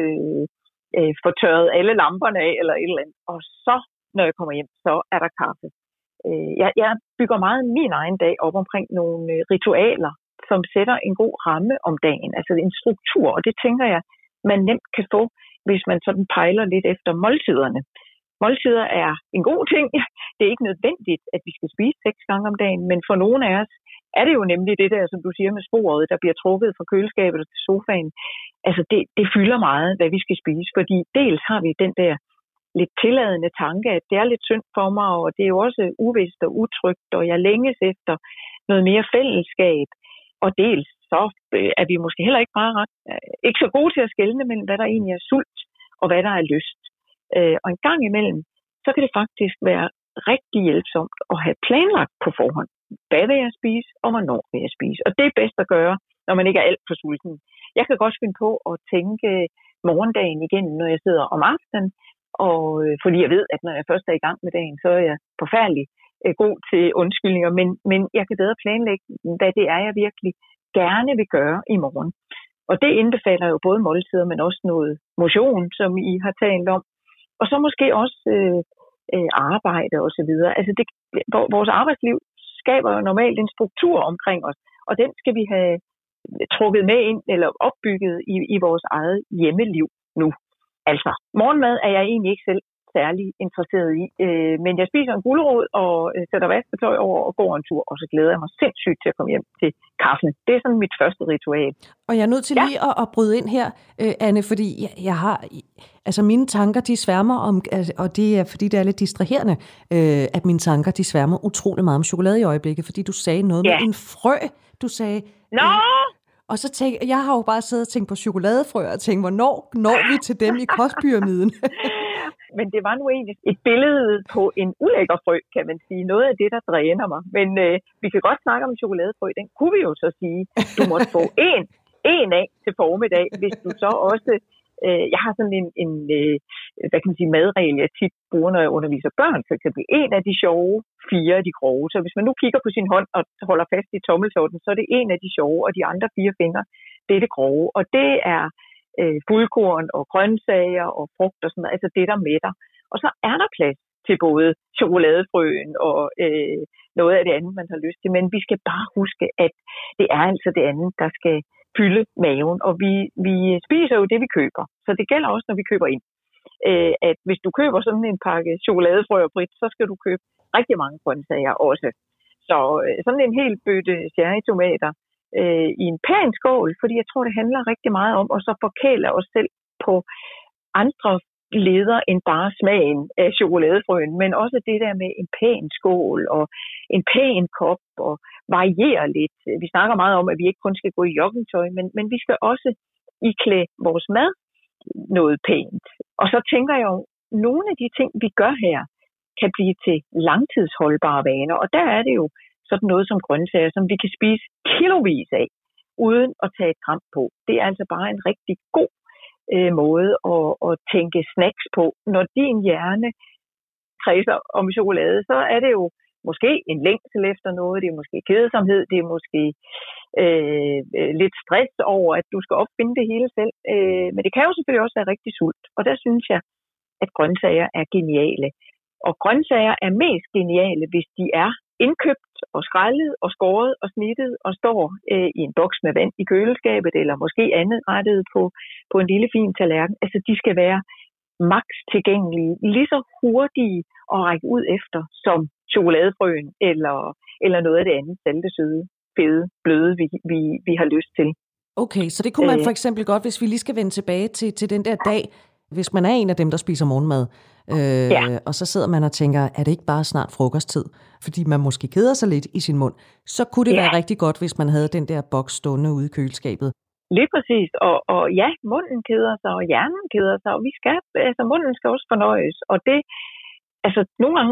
øh, få tørret alle lamperne af, eller et eller andet. Og så, når jeg kommer hjem, så er der kaffe. Øh, jeg, jeg bygger meget min egen dag op omkring nogle øh, ritualer, som sætter en god ramme om dagen, altså en struktur, og det tænker jeg, man nemt kan få, hvis man sådan pejler lidt efter måltiderne. Måltider er en god ting. Det er ikke nødvendigt, at vi skal spise seks gange om dagen, men for nogle af os er det jo nemlig det der, som du siger med sporet, der bliver trukket fra køleskabet til sofaen. Altså det, det fylder meget, hvad vi skal spise, fordi dels har vi den der lidt tilladende tanke, at det er lidt synd for mig, og det er jo også uvist og utrygt, og jeg længes efter noget mere fællesskab. Og dels så er vi måske heller ikke bare ret, ikke så gode til at skelne mellem, hvad der egentlig er sult og hvad der er lyst. Og en gang imellem, så kan det faktisk være rigtig hjælpsomt at have planlagt på forhånd. Hvad vil jeg spise, og hvornår vil jeg spise? Og det er bedst at gøre, når man ikke er alt for sulten. Jeg kan godt finde på at tænke morgendagen igen, når jeg sidder om aftenen, og fordi jeg ved, at når jeg først er i gang med dagen, så er jeg forfærdelig god til undskyldninger, men, men jeg kan bedre planlægge, hvad det er, jeg virkelig gerne vil gøre i morgen. Og det indbefatter jo både måltider, men også noget motion, som I har talt om, og så måske også øh, øh, arbejde og så videre. Altså det, vores arbejdsliv skaber jo normalt en struktur omkring os, og den skal vi have trukket med ind eller opbygget i, i vores eget hjemmeliv nu. Altså, morgenmad er jeg egentlig ikke selv særlig interesseret i, øh, men jeg spiser en gulerod og øh, sætter vasketøj over og går en tur, og så glæder jeg mig sindssygt til at komme hjem til kaffen. Det er sådan mit første ritual. Og jeg er nødt til ja. lige at, at bryde ind her, øh, Anne, fordi jeg, jeg har, altså mine tanker, de sværmer om, altså, og det er fordi, det er lidt distraherende, øh, at mine tanker, de sværmer utrolig meget om chokolade i øjeblikket, fordi du sagde noget ja. med en frø. Du sagde... Nå! Øh, Og så tænk, jeg har jo bare siddet og tænkt på chokoladefrø og tænkt, hvornår når vi til dem i kostpyramiden? Men det var nu egentlig et billede på en ulækker frø, kan man sige. Noget af det, der dræner mig. Men øh, vi kan godt snakke om chokoladefrø. Den kunne vi jo så sige. Du måtte få en, en af til formiddag, hvis du så også... Øh, jeg har sådan en, en øh, hvad kan man sige, madregel, jeg tit bruger, når jeg underviser børn. For eksempel en af de sjove, fire af de grove. Så hvis man nu kigger på sin hånd og holder fast i tommeltotten, så er det en af de sjove, og de andre fire fingre, det er det grove. Og det er øh, fuldkorn og grøntsager og frugt og sådan noget, altså det, der mætter. Og så er der plads til både chokoladefrøen og øh, noget af det andet, man har lyst til. Men vi skal bare huske, at det er altså det andet, der skal fylde maven. Og vi, vi spiser jo det, vi køber. Så det gælder også, når vi køber ind. Øh, at hvis du køber sådan en pakke chokoladefrø og Brit, så skal du købe rigtig mange grøntsager også. Så øh, sådan en hel bøtte cherrytomater øh, i en pæn skål, fordi jeg tror, det handler rigtig meget om at så forkæle os selv på andre leder end bare smagen af chokoladefrøen, men også det der med en pæn skål og en pæn kop og variere lidt. Vi snakker meget om, at vi ikke kun skal gå i joggingtøj, men, men vi skal også iklæde vores mad noget pænt. Og så tænker jeg jo, nogle af de ting, vi gør her, kan blive til langtidsholdbare vaner, og der er det jo sådan noget som grøntsager, som vi kan spise kilovis af, uden at tage et gram på. Det er altså bare en rigtig god øh, måde at, at tænke snacks på. Når din hjerne kredser om chokolade, så er det jo måske en længsel efter noget, det er måske kedsomhed, det er måske øh, lidt stress over, at du skal opfinde det hele selv. Øh, men det kan jo selvfølgelig også være rigtig sult, og der synes jeg, at grøntsager er geniale. Og grøntsager er mest geniale, hvis de er indkøbt og skrællet og skåret og snittet og står øh, i en boks med vand i køleskabet, eller måske andet rettet på, på en lille fin tallerken. Altså, de skal være maks tilgængelige, lige så hurtige at række ud efter, som chokoladefrøen eller, eller noget af det andet salte, søde, fede, bløde, vi, vi, vi har lyst til. Okay, så det kunne man for eksempel godt, hvis vi lige skal vende tilbage til, til den der dag, hvis man er en af dem, der spiser morgenmad, øh, ja. og så sidder man og tænker, er det ikke bare snart frokosttid? Fordi man måske keder sig lidt i sin mund. Så kunne det ja. være rigtig godt, hvis man havde den der boks stående ude i køleskabet. Lige præcis. Og, og ja, munden keder sig, og hjernen keder sig, og vi skal, altså munden skal også fornøjes. Og det, altså nogle gange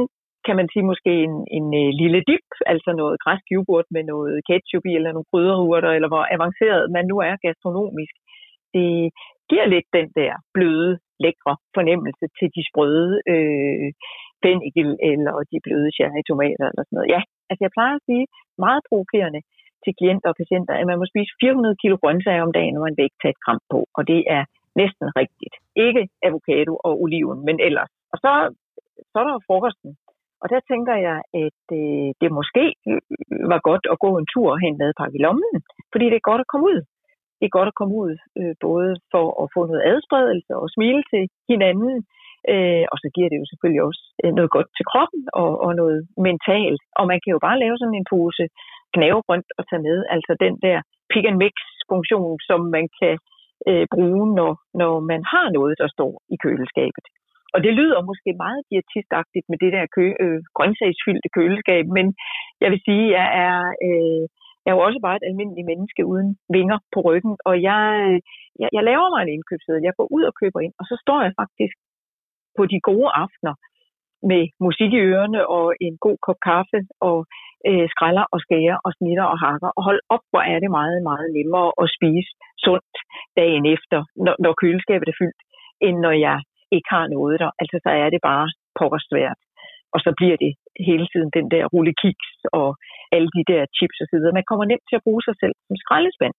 kan man sige, måske en, en, en lille dip, altså noget græsk yoghurt med noget ketchup i, eller nogle krydderurter, eller hvor avanceret man nu er gastronomisk. Det giver lidt den der bløde, lækre fornemmelse til de sprøde øh, fennikel, eller de bløde cherrytomater, eller sådan noget. Ja, altså jeg plejer at sige, meget provokerende til klienter og patienter, at man må spise fire hundrede kilo grøntsager om dagen, når man vil ikke tage et gram på, og det er næsten rigtigt. Ikke avocado og oliven, men ellers. Og så, så er der jo frokosten. Og der tænker jeg, at øh, det måske var godt at gå en tur og have en madpakke i lommen, fordi det er godt at komme ud. Det er godt at komme ud, øh, både for at få noget adspredelse og smile til hinanden, øh, og så giver det jo selvfølgelig også øh, noget godt til kroppen og, og noget mentalt. Og man kan jo bare lave sådan en pose gnavegrønt og tage med, altså den der pick and mix funktion, som man kan øh, bruge, når, når man har noget, der står i køleskabet. Og det lyder måske meget diætistagtigt med det der kø, øh, grøntsagsfyldte køleskab, men jeg vil sige, at jeg er, øh, jeg er jo også bare et almindeligt menneske uden vinger på ryggen, og jeg, jeg, jeg laver mig en indkøbsseddel. Jeg går ud og køber ind, og så står jeg faktisk på de gode aftener med musik i ørerne og en god kop kaffe og øh, skræller og skærer og snitter og hakker. Og hold op, hvor er det meget, meget nemmere at spise sundt dagen efter, når, når køleskabet er fyldt, end når jeg ikke har noget der. Altså så er det bare pokker svært. Og så bliver det hele tiden den der rulle kiks og alle de der chips og så videre. Man kommer nemt til at bruge sig selv som skraldespand,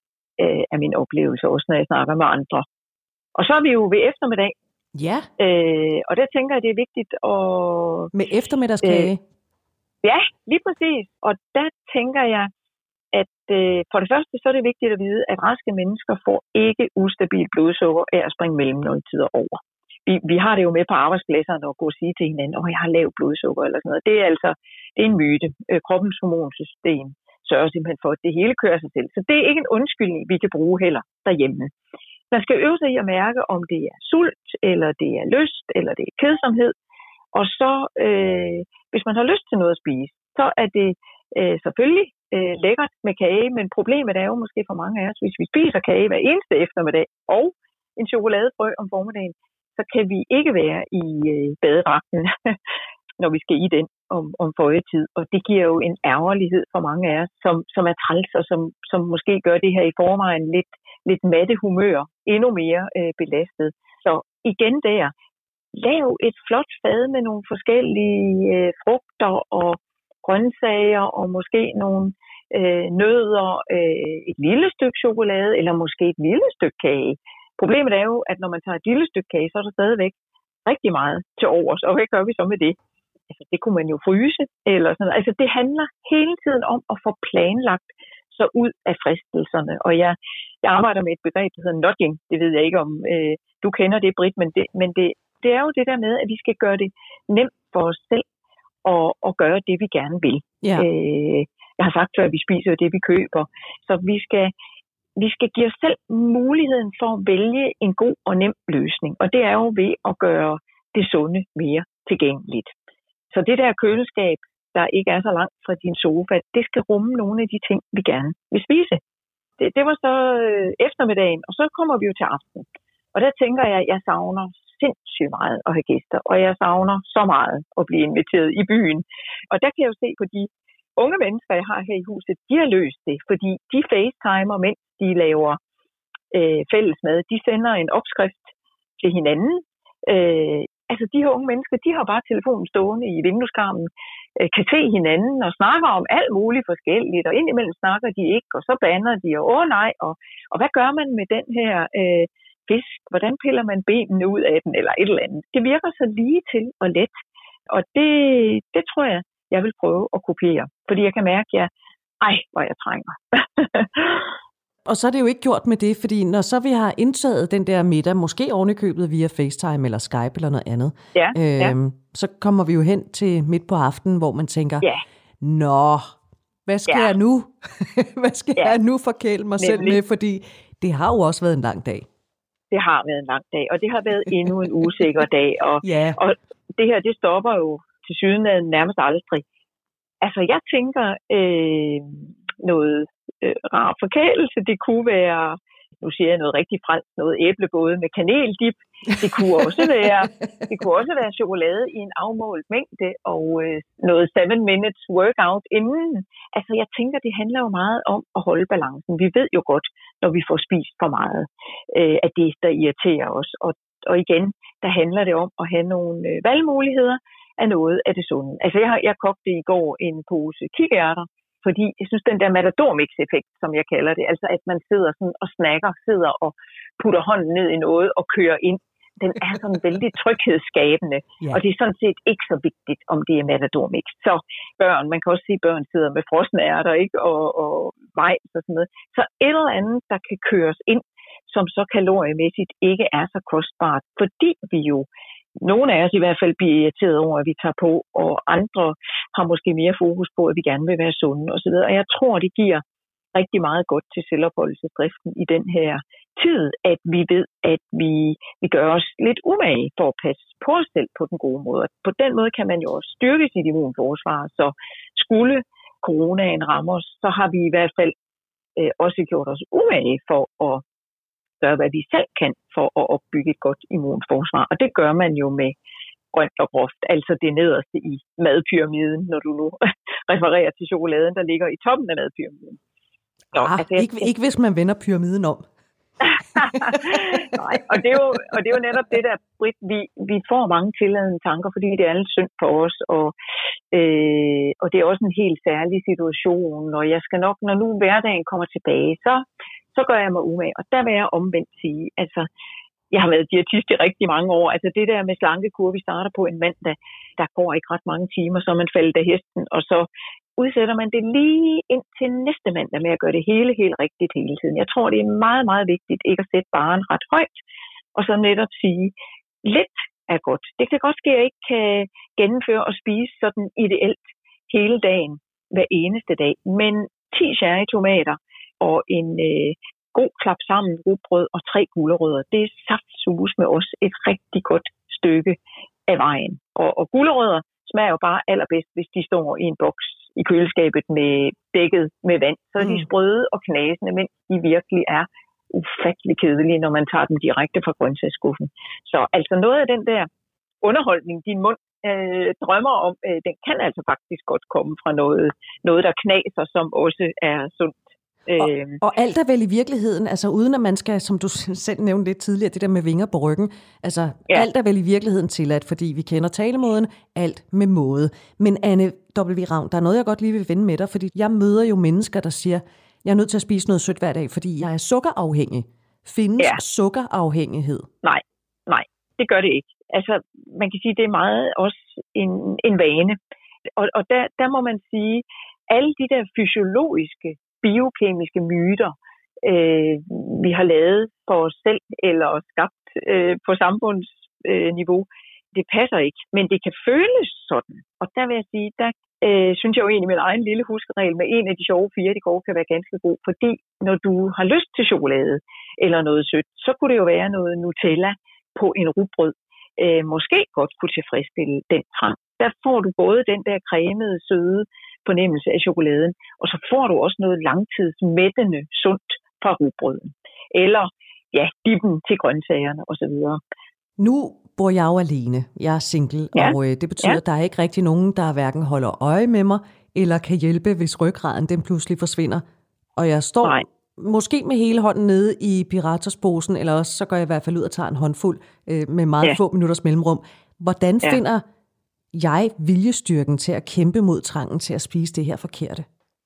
øh, er min oplevelse også, når jeg snakker med andre. Og så er vi jo ved eftermiddag. Ja. Øh, og der tænker jeg, det er vigtigt at... Med eftermiddagskage? Øh, ja, lige præcis. Og der tænker jeg, at øh, for det første, så er det vigtigt at vide, at raske mennesker får ikke ustabil blodsukker af at springe mellemmåltider over. Vi, vi har det jo med på arbejdspladserne at gå og sige til hinanden, at jeg har lavt blodsukker eller sådan noget. Det er altså det er en myte. Øh, kroppens hormonsystem sørger simpelthen for, at det hele kører sig selv. Så det er ikke en undskyldning, vi kan bruge heller derhjemme. Man skal øve sig i at mærke, om det er sult, eller det er lyst, eller det er kedsomhed. Og så, øh, hvis man har lyst til noget at spise, så er det øh, selvfølgelig øh, lækkert med kage, men problemet er jo måske for mange af os, hvis vi spiser kage hver eneste eftermiddag, og en chokoladefrø om formiddagen, så kan vi ikke være i øh, badedragten, når vi skal i den om, om føjetid. Og det giver jo en ærgerlighed for mange af os, som, som er træls, og som, som måske gør det her i forvejen lidt, lidt matte humør, endnu mere øh, belastet. Så igen der, lav et flot fad med nogle forskellige øh, frugter og grøntsager, og måske nogle øh, nødder, øh, et lille stykke chokolade, eller måske et lille stykke kage. Problemet er jo, at når man tager et lille stykke kage, så er der stadigvæk rigtig meget til overs. Og hvad gør vi så med det? Altså, det kunne man jo fryse, eller sådan noget. Altså, det handler hele tiden om at få planlagt så ud af fristelserne. Og jeg, jeg arbejder med et begreb, der hedder nudging. Det ved jeg ikke, om øh, du kender det, Britt, men, det, men det, det er jo det der med, at vi skal gøre det nemt for os selv og, og gøre det, vi gerne vil. Ja. Øh, jeg har sagt før, at vi spiser det, vi køber. Så vi skal... Vi skal give os selv muligheden for at vælge en god og nem løsning, og det er jo ved at gøre det sunde mere tilgængeligt. Så det der køleskab, der ikke er så langt fra din sofa, det skal rumme nogle af de ting, vi gerne vil spise. Det, det var så øh, eftermiddagen, og så kommer vi jo til aften. Og der tænker jeg, at jeg savner sindssygt meget at have gæster, og jeg savner så meget at blive inviteret i byen. Og der kan jeg jo se på de unge mennesker, jeg har her i huset, de har løst det, fordi de facetimer, mens de laver øh, fællesmad, de sender en opskrift til hinanden. Øh, altså de her unge mennesker, de har bare telefonen stående i vindueskarmen, øh, kan se hinanden og snakker om alt muligt forskelligt, og indimellem snakker de ikke, og så bander de, og åh nej, og, og hvad gør man med den her øh, fisk? Hvordan piller man benene ud af den, eller et eller andet? Det virker så lige til og let, og det, det tror jeg, jeg vil prøve at kopiere, fordi jeg kan mærke, at jeg, ej, hvor jeg trænger. Og så er det jo ikke gjort med det, fordi når så vi har indtaget den der middag, måske ovenikøbet via FaceTime eller Skype eller noget andet, ja, øhm, ja. så kommer vi jo hen til midt på aftenen, hvor man tænker, ja. Nå, hvad skal ja. jeg nu? hvad skal ja. jeg nu forkæle mig Nemlig. selv med? Fordi det har jo også været en lang dag. Det har været en lang dag, og det har været endnu en usikker dag. Og, ja. og det her, det stopper jo til sydenlandet nærmest aldrig. Altså, jeg tænker øh, noget øh, rar forkælelse. Det kunne være nu siger jeg noget rigtig fransk, noget æblebåde med kaneldip. Det kunne også være, det kunne også være chokolade i en afmålt mængde og øh, noget seven minutes workout inden. Altså jeg tænker, det handler jo meget om at holde balancen. Vi ved jo godt, når vi får spist for meget, øh, at det der irriterer os. Og, og igen, der handler det om at have nogle øh, valgmuligheder af noget af det sunde. Altså jeg, jeg kogte i går en pose kikærter, fordi jeg synes, den der matador-mix-effekt, som jeg kalder det, altså at man sidder sådan og snakker, sidder og putter hånden ned i noget og kører ind, den er sådan vældig tryghedsskabende, yeah. Og det er sådan set ikke så vigtigt, om det er matador-mix. Så børn, man kan også se, at børn sidder med frosne ærter, ikke? Og, og vejs og sådan noget. Så et eller andet, der kan køres ind, som så kaloriemæssigt ikke er så kostbart, fordi vi jo nogle af os i hvert fald bliver irriteret over, at vi tager på, og andre har måske mere fokus på, at vi gerne vil være sunde osv. Og jeg tror, det giver rigtig meget godt til selvopholdelsesdriften i den her tid, at vi ved, at vi, vi gør os lidt umage for at passe på os selv på den gode måde. På den måde kan man jo også styrke sit immunforsvar, så skulle coronaen ramme os, så har vi i hvert fald øh, også gjort os umage for at gøre, hvad vi selv kan for at opbygge et godt immunforsvar. Og det gør man jo med grønt og groft, altså det nederste i madpyramiden, når du nu refererer til chokoladen, der ligger i toppen af madpyramiden. Så, ah, altså, ikke, ikke hvis man vender pyramiden om. Nej, og det, er jo, og det er jo netop det der, Britt, vi, vi får mange tilladende tanker, fordi det er alt synd for os, og, øh, og det er også en helt særlig situation, og jeg skal nok, når nu hverdagen kommer tilbage, så, så gør jeg mig umage, og der vil jeg omvendt sige, altså, jeg har været diætist i rigtig mange år, altså det der med slankekur, vi starter på en mandag, der går ikke ret mange timer, så er man faldet af hesten, og så udsætter man det lige ind til næste mandag med at gøre det hele helt rigtigt hele tiden. Jeg tror, det er meget, meget vigtigt ikke at sætte barren ret højt, og så netop sige, lidt er godt. Det kan godt ske, at jeg ikke kan gennemføre og spise sådan ideelt hele dagen, hver eneste dag, men ti cherrytomater og en øh, god klap sammen rugbrød og tre gulerødder, det er saftsus med os et rigtig godt stykke af vejen. Og, og gulerødder smager jo bare allerbedst, hvis de står i en boks i køleskabet med dækket med vand. Så er de sprøde og knasende, men de virkelig er ufattelig kedelige, når man tager dem direkte fra grøntsagsskuffen. Så altså noget af den der underholdning, din mund øh, drømmer om, øh, den kan altså faktisk godt komme fra noget, noget der knaser, som også er sundt. Og, og alt er vel i virkeligheden, altså uden at man skal, som du selv nævnte lidt tidligere, det der med vinger på ryggen, altså ja. Alt er vel i virkeligheden tilladt, fordi vi kender talemåden, alt med måde. Men Anne W. Ravn, der er noget, jeg godt lige vil vende med dig, fordi jeg møder jo mennesker, der siger, jeg er nødt til at spise noget sødt hver dag, fordi jeg er sukkerafhængig. Findes ja. Sukkerafhængighed? Nej, nej, det gør det ikke. Altså, man kan sige, det er meget også en, en vane. Og, og der, der må man sige, alle de der fysiologiske biokemiske myter, øh, vi har lavet for os selv eller skabt øh, på samfundsniveau, øh, det passer ikke. Men det kan føles sådan. Og der vil jeg sige, der øh, synes jeg jo egentlig, min egen lille huskeregel med en af de sjove fire, de går, kan være ganske god. Fordi når du har lyst til chokolade eller noget sødt, så kunne det jo være noget Nutella på en rugbrød. Øh, måske godt kunne tilfredsstille den trang. Der får du både den der cremede, søde fornemmelse af chokoladen, og så får du også noget langtidsmættende, sundt fra rugbrøden. Eller, ja, dippen til grøntsagerne osv. Nu bor jeg jo alene. Jeg er single, ja. Og øh, det betyder, ja. At der er ikke rigtig nogen, der hverken holder øje med mig, eller kan hjælpe, hvis ryggraden den pludselig forsvinder. Og jeg står Nej. Måske med hele hånden nede i Piratos-posen, eller også så går jeg i hvert fald ud og tager en håndfuld øh, med meget ja. Få minutters mellemrum. Hvordan ja. Finder jeg viljestyrken til at kæmpe mod trangen til at spise det her forkerte?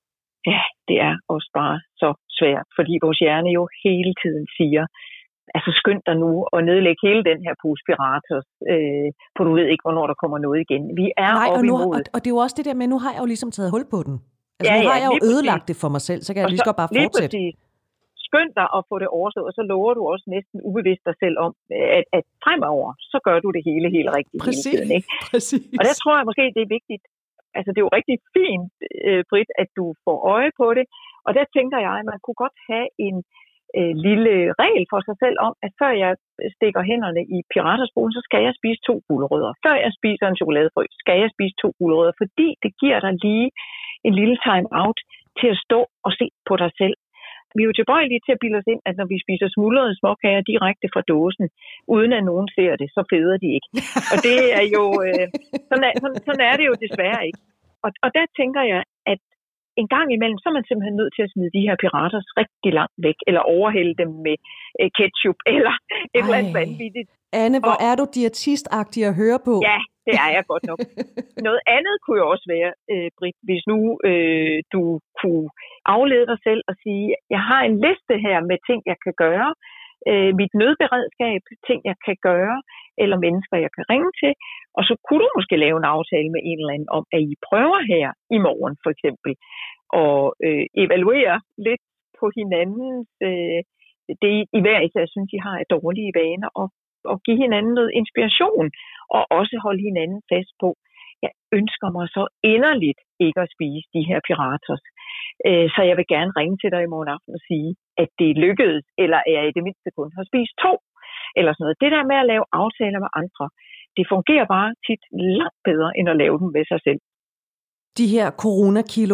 Ja, det er også bare så svært, fordi vores hjerne jo hele tiden siger, altså skynd dig nu og nedlægge hele den her pose Piratos, øh, for du ved ikke, hvornår der kommer noget igen. Vi er Nej, og, nu, imod. Og, og det er jo også det der med, nu har jeg jo ligesom taget hul på den. Altså ja, nu har ja, jeg jo ødelagt præcis. Det for mig selv, så kan jeg lige så godt bare fortsætte. Skynd dig at få det overstået, og så lover du også næsten ubevidst dig selv om, at, at fremover, så gør du det hele helt rigtigt præcis, hele tiden. Ikke? Præcis. Og der tror jeg måske, det er vigtigt. Altså det er jo rigtig fint, øh, Britt, at du får øje på det. Og der tænker jeg, at man kunne godt have en øh, lille regel for sig selv om, at før jeg stikker hænderne i Piratos-posen, så skal jeg spise to gulerødder. Før jeg spiser en chokoladefrø, skal jeg spise to gulerødder, fordi det giver dig lige en lille time out til at stå og se på dig selv. Vi er jo tilbøjelige til at bilde os ind, at når vi spiser smuldrede småkager direkte fra dåsen, uden at nogen ser det, så feder de ikke. Og det er jo, øh, sådan, er, sådan, sådan er det jo desværre ikke. Og, og der tænker jeg, at en gang imellem, så er man simpelthen nødt til at smide de her pirater rigtig langt væk, eller overhælde dem med øh, ketchup, eller et eller andet vanvittigt. Anne, hvor og, er du diætistagtig at høre på? Ja, det er jeg godt nok. Noget andet kunne jo også være, øh, Britt, hvis nu øh, du kunne aflede dig selv og sige, jeg har en liste her med ting, jeg kan gøre, øh, mit nødberedskab, ting, jeg kan gøre, eller mennesker, jeg kan ringe til, og så kunne du måske lave en aftale med en eller anden om, at I prøver her i morgen for eksempel, og øh, evaluere lidt på hinandens, øh, det I hver især synes, I har af dårlige vaner, og, og give hinanden noget inspiration, og også holde hinanden fast på, jeg ønsker mig så inderligt ikke at spise de her piratos. Øh, så jeg vil gerne ringe til dig i morgen aften og sige, at det lykkedes, eller at jeg i det mindste kun har spist to, eller sådan noget. Det der med at lave aftaler med andre, det fungerer bare tit langt bedre, end at lave dem med sig selv. De her coronakilo,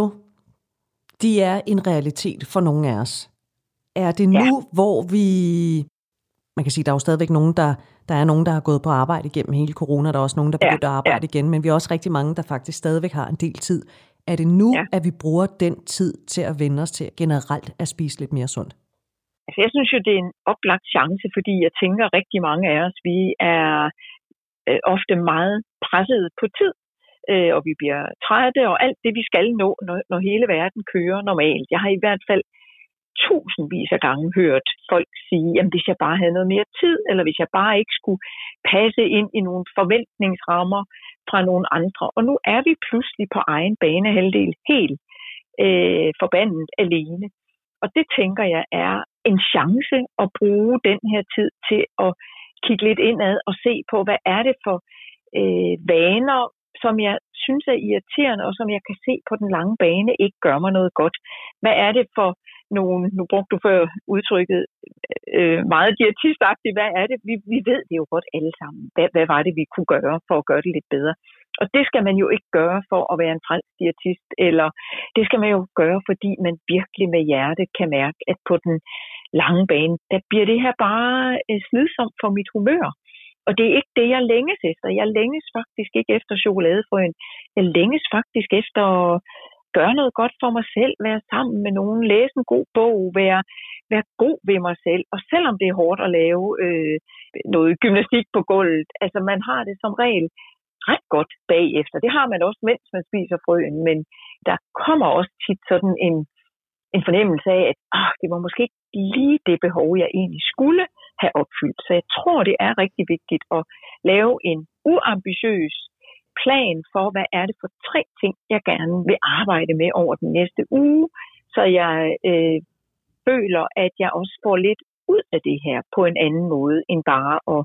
de er en realitet for nogle af os. Er det nu, ja. hvor vi... Man kan sige, der er jo stadigvæk nogen, der, der er nogen, der har gået på arbejde igennem hele corona. Der er også nogen, der begynder ja, at arbejde ja. igen. Men vi er også rigtig mange, der faktisk stadigvæk har en del tid. Er det nu, ja. at vi bruger den tid til at vende os til generelt at spise lidt mere sundt? Altså, jeg synes jo, det er en oplagt chance, fordi jeg tænker, at rigtig mange af os, vi er øh, ofte meget presset på tid, øh, og vi bliver trætte, og alt det, vi skal nå, når, når hele verden kører normalt. Jeg har i hvert fald tusindvis af gange hørt folk sige, jamen hvis jeg bare havde noget mere tid, eller hvis jeg bare ikke skulle passe ind i nogle forventningsrammer fra nogle andre. Og nu er vi pludselig på egen banehalvdel helt øh, forbandet alene. Og det tænker jeg er en chance at bruge den her tid til at kigge lidt indad og se på, hvad er det for øh, vaner, som jeg synes er irriterende, og som jeg kan se på den lange bane ikke gør mig noget godt. Hvad er det for nogle, nu brugte du før udtrykket, øh, meget diætistagtigt, hvad er det? Vi, vi ved det jo godt alle sammen. Hvad, hvad var det, vi kunne gøre for at gøre det lidt bedre? Og det skal man jo ikke gøre for at være en frelst diætist, eller det skal man jo gøre, fordi man virkelig med hjertet kan mærke, at på den lange bane, der bliver det her bare øh, slidsomt for mit humør. Og det er ikke det, jeg længes efter. Jeg længes faktisk ikke efter chokoladefrøen. Jeg længes faktisk efter at gøre noget godt for mig selv, være sammen med nogen, læse en god bog, være, være god ved mig selv. Og selvom det er hårdt at lave øh, noget gymnastik på gulvet, altså man har det som regel ret godt bagefter. Det har man også, mens man spiser frøen, men der kommer også tit sådan en, en fornemmelse af, at ah, det var måske ikke lige det behov, jeg egentlig skulle have opfyldt. Så jeg tror, det er rigtig vigtigt at lave en uambitiøs plan for, hvad er det for tre ting, jeg gerne vil arbejde med over den næste uge, så jeg øh, føler, at jeg også får lidt ud af det her på en anden måde, end bare at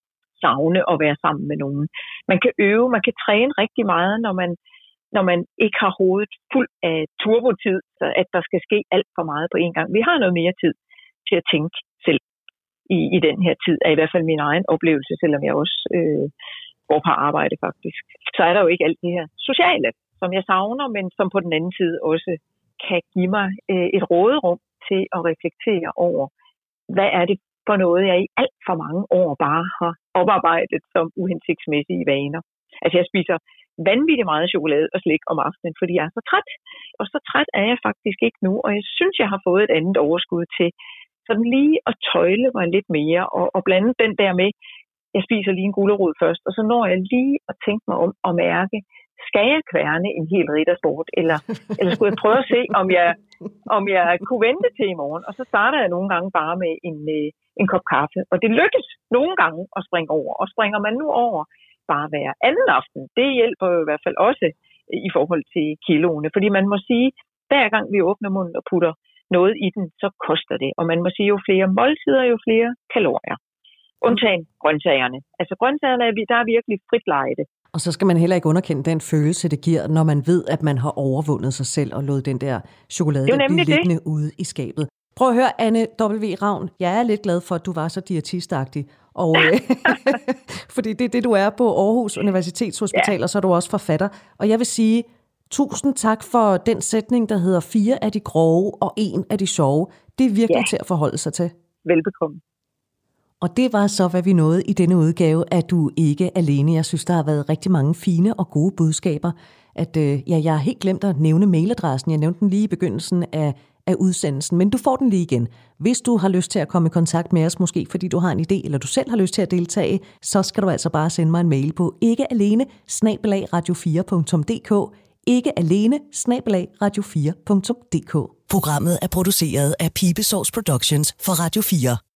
savne og være sammen med nogen. Man kan øve, man kan træne rigtig meget, når man, når man ikke har hovedet fuld af turbotid, så at der skal ske alt for meget på en gang. Vi har noget mere tid til at tænke selv i, i den her tid, er i hvert fald min egen oplevelse, selvom jeg også øh, går på arbejde faktisk. Så er der jo ikke alt det her sociale, som jeg savner, men som på den anden side også kan give mig øh, et råderum til at reflektere over, hvad er det for noget, jeg i alt for mange år bare har oparbejdet som uhensigtsmæssige vaner. Altså jeg spiser vanvittigt meget chokolade og slik om aftenen, fordi jeg er så træt. Og så træt er jeg faktisk ikke nu, og jeg synes, jeg har fået et andet overskud til sådan lige at tøjle mig lidt mere, og, og blande den der med, jeg spiser lige en gulerod først, og så når jeg lige at tænke mig om at mærke, skal jeg kværne en hel riddersport, eller, eller skulle jeg prøve at se, om jeg, om jeg kunne vente til i morgen, og så starter jeg nogle gange bare med en, en kop kaffe, og det lykkes nogle gange at springe over, og springer man nu over bare hver anden aften, det hjælper jo i hvert fald også i forhold til kiloene, fordi man må sige, hver gang vi åbner munden og putter noget i den, så koster det, og man må sige, jo flere måltider, jo flere kalorier. Undtagen grøntsagerne. Altså grøntsagerne, der er virkelig frit lejde. Og så skal man heller ikke underkende den følelse, det giver, når man ved, at man har overvundet sig selv og lod den der chokolade blive liggende ude i skabet. Prøv at høre, Anne W. Ravn. Jeg er lidt glad for, at du var så diætistagtig. Og, fordi det er det, du er på Aarhus Universitetshospital, ja. Og så er du også forfatter. Og jeg vil sige, tusind tak for den sætning, der hedder fire af de grove og en af de sjove. Det er virkelig Ja. til at forholde sig til. Velbekomme. Og det var så, hvad vi nåede i denne udgave, at du ikke er alene. Jeg synes, der har været rigtig mange fine og gode budskaber. At, øh, ja, jeg har helt glemt at nævne mailadressen. Jeg nævnte den lige i begyndelsen af, af udsendelsen, men du får den lige igen. Hvis du har lyst til at komme i kontakt med os, måske fordi du har en idé, eller du selv har lyst til at deltage, så skal du altså bare sende mig en mail på ikkealene snabel-a radio fire punktum d k. ikkealene snabel-a radio fire punktum d k. Programmet er produceret af Pibesource Productions for Radio fire.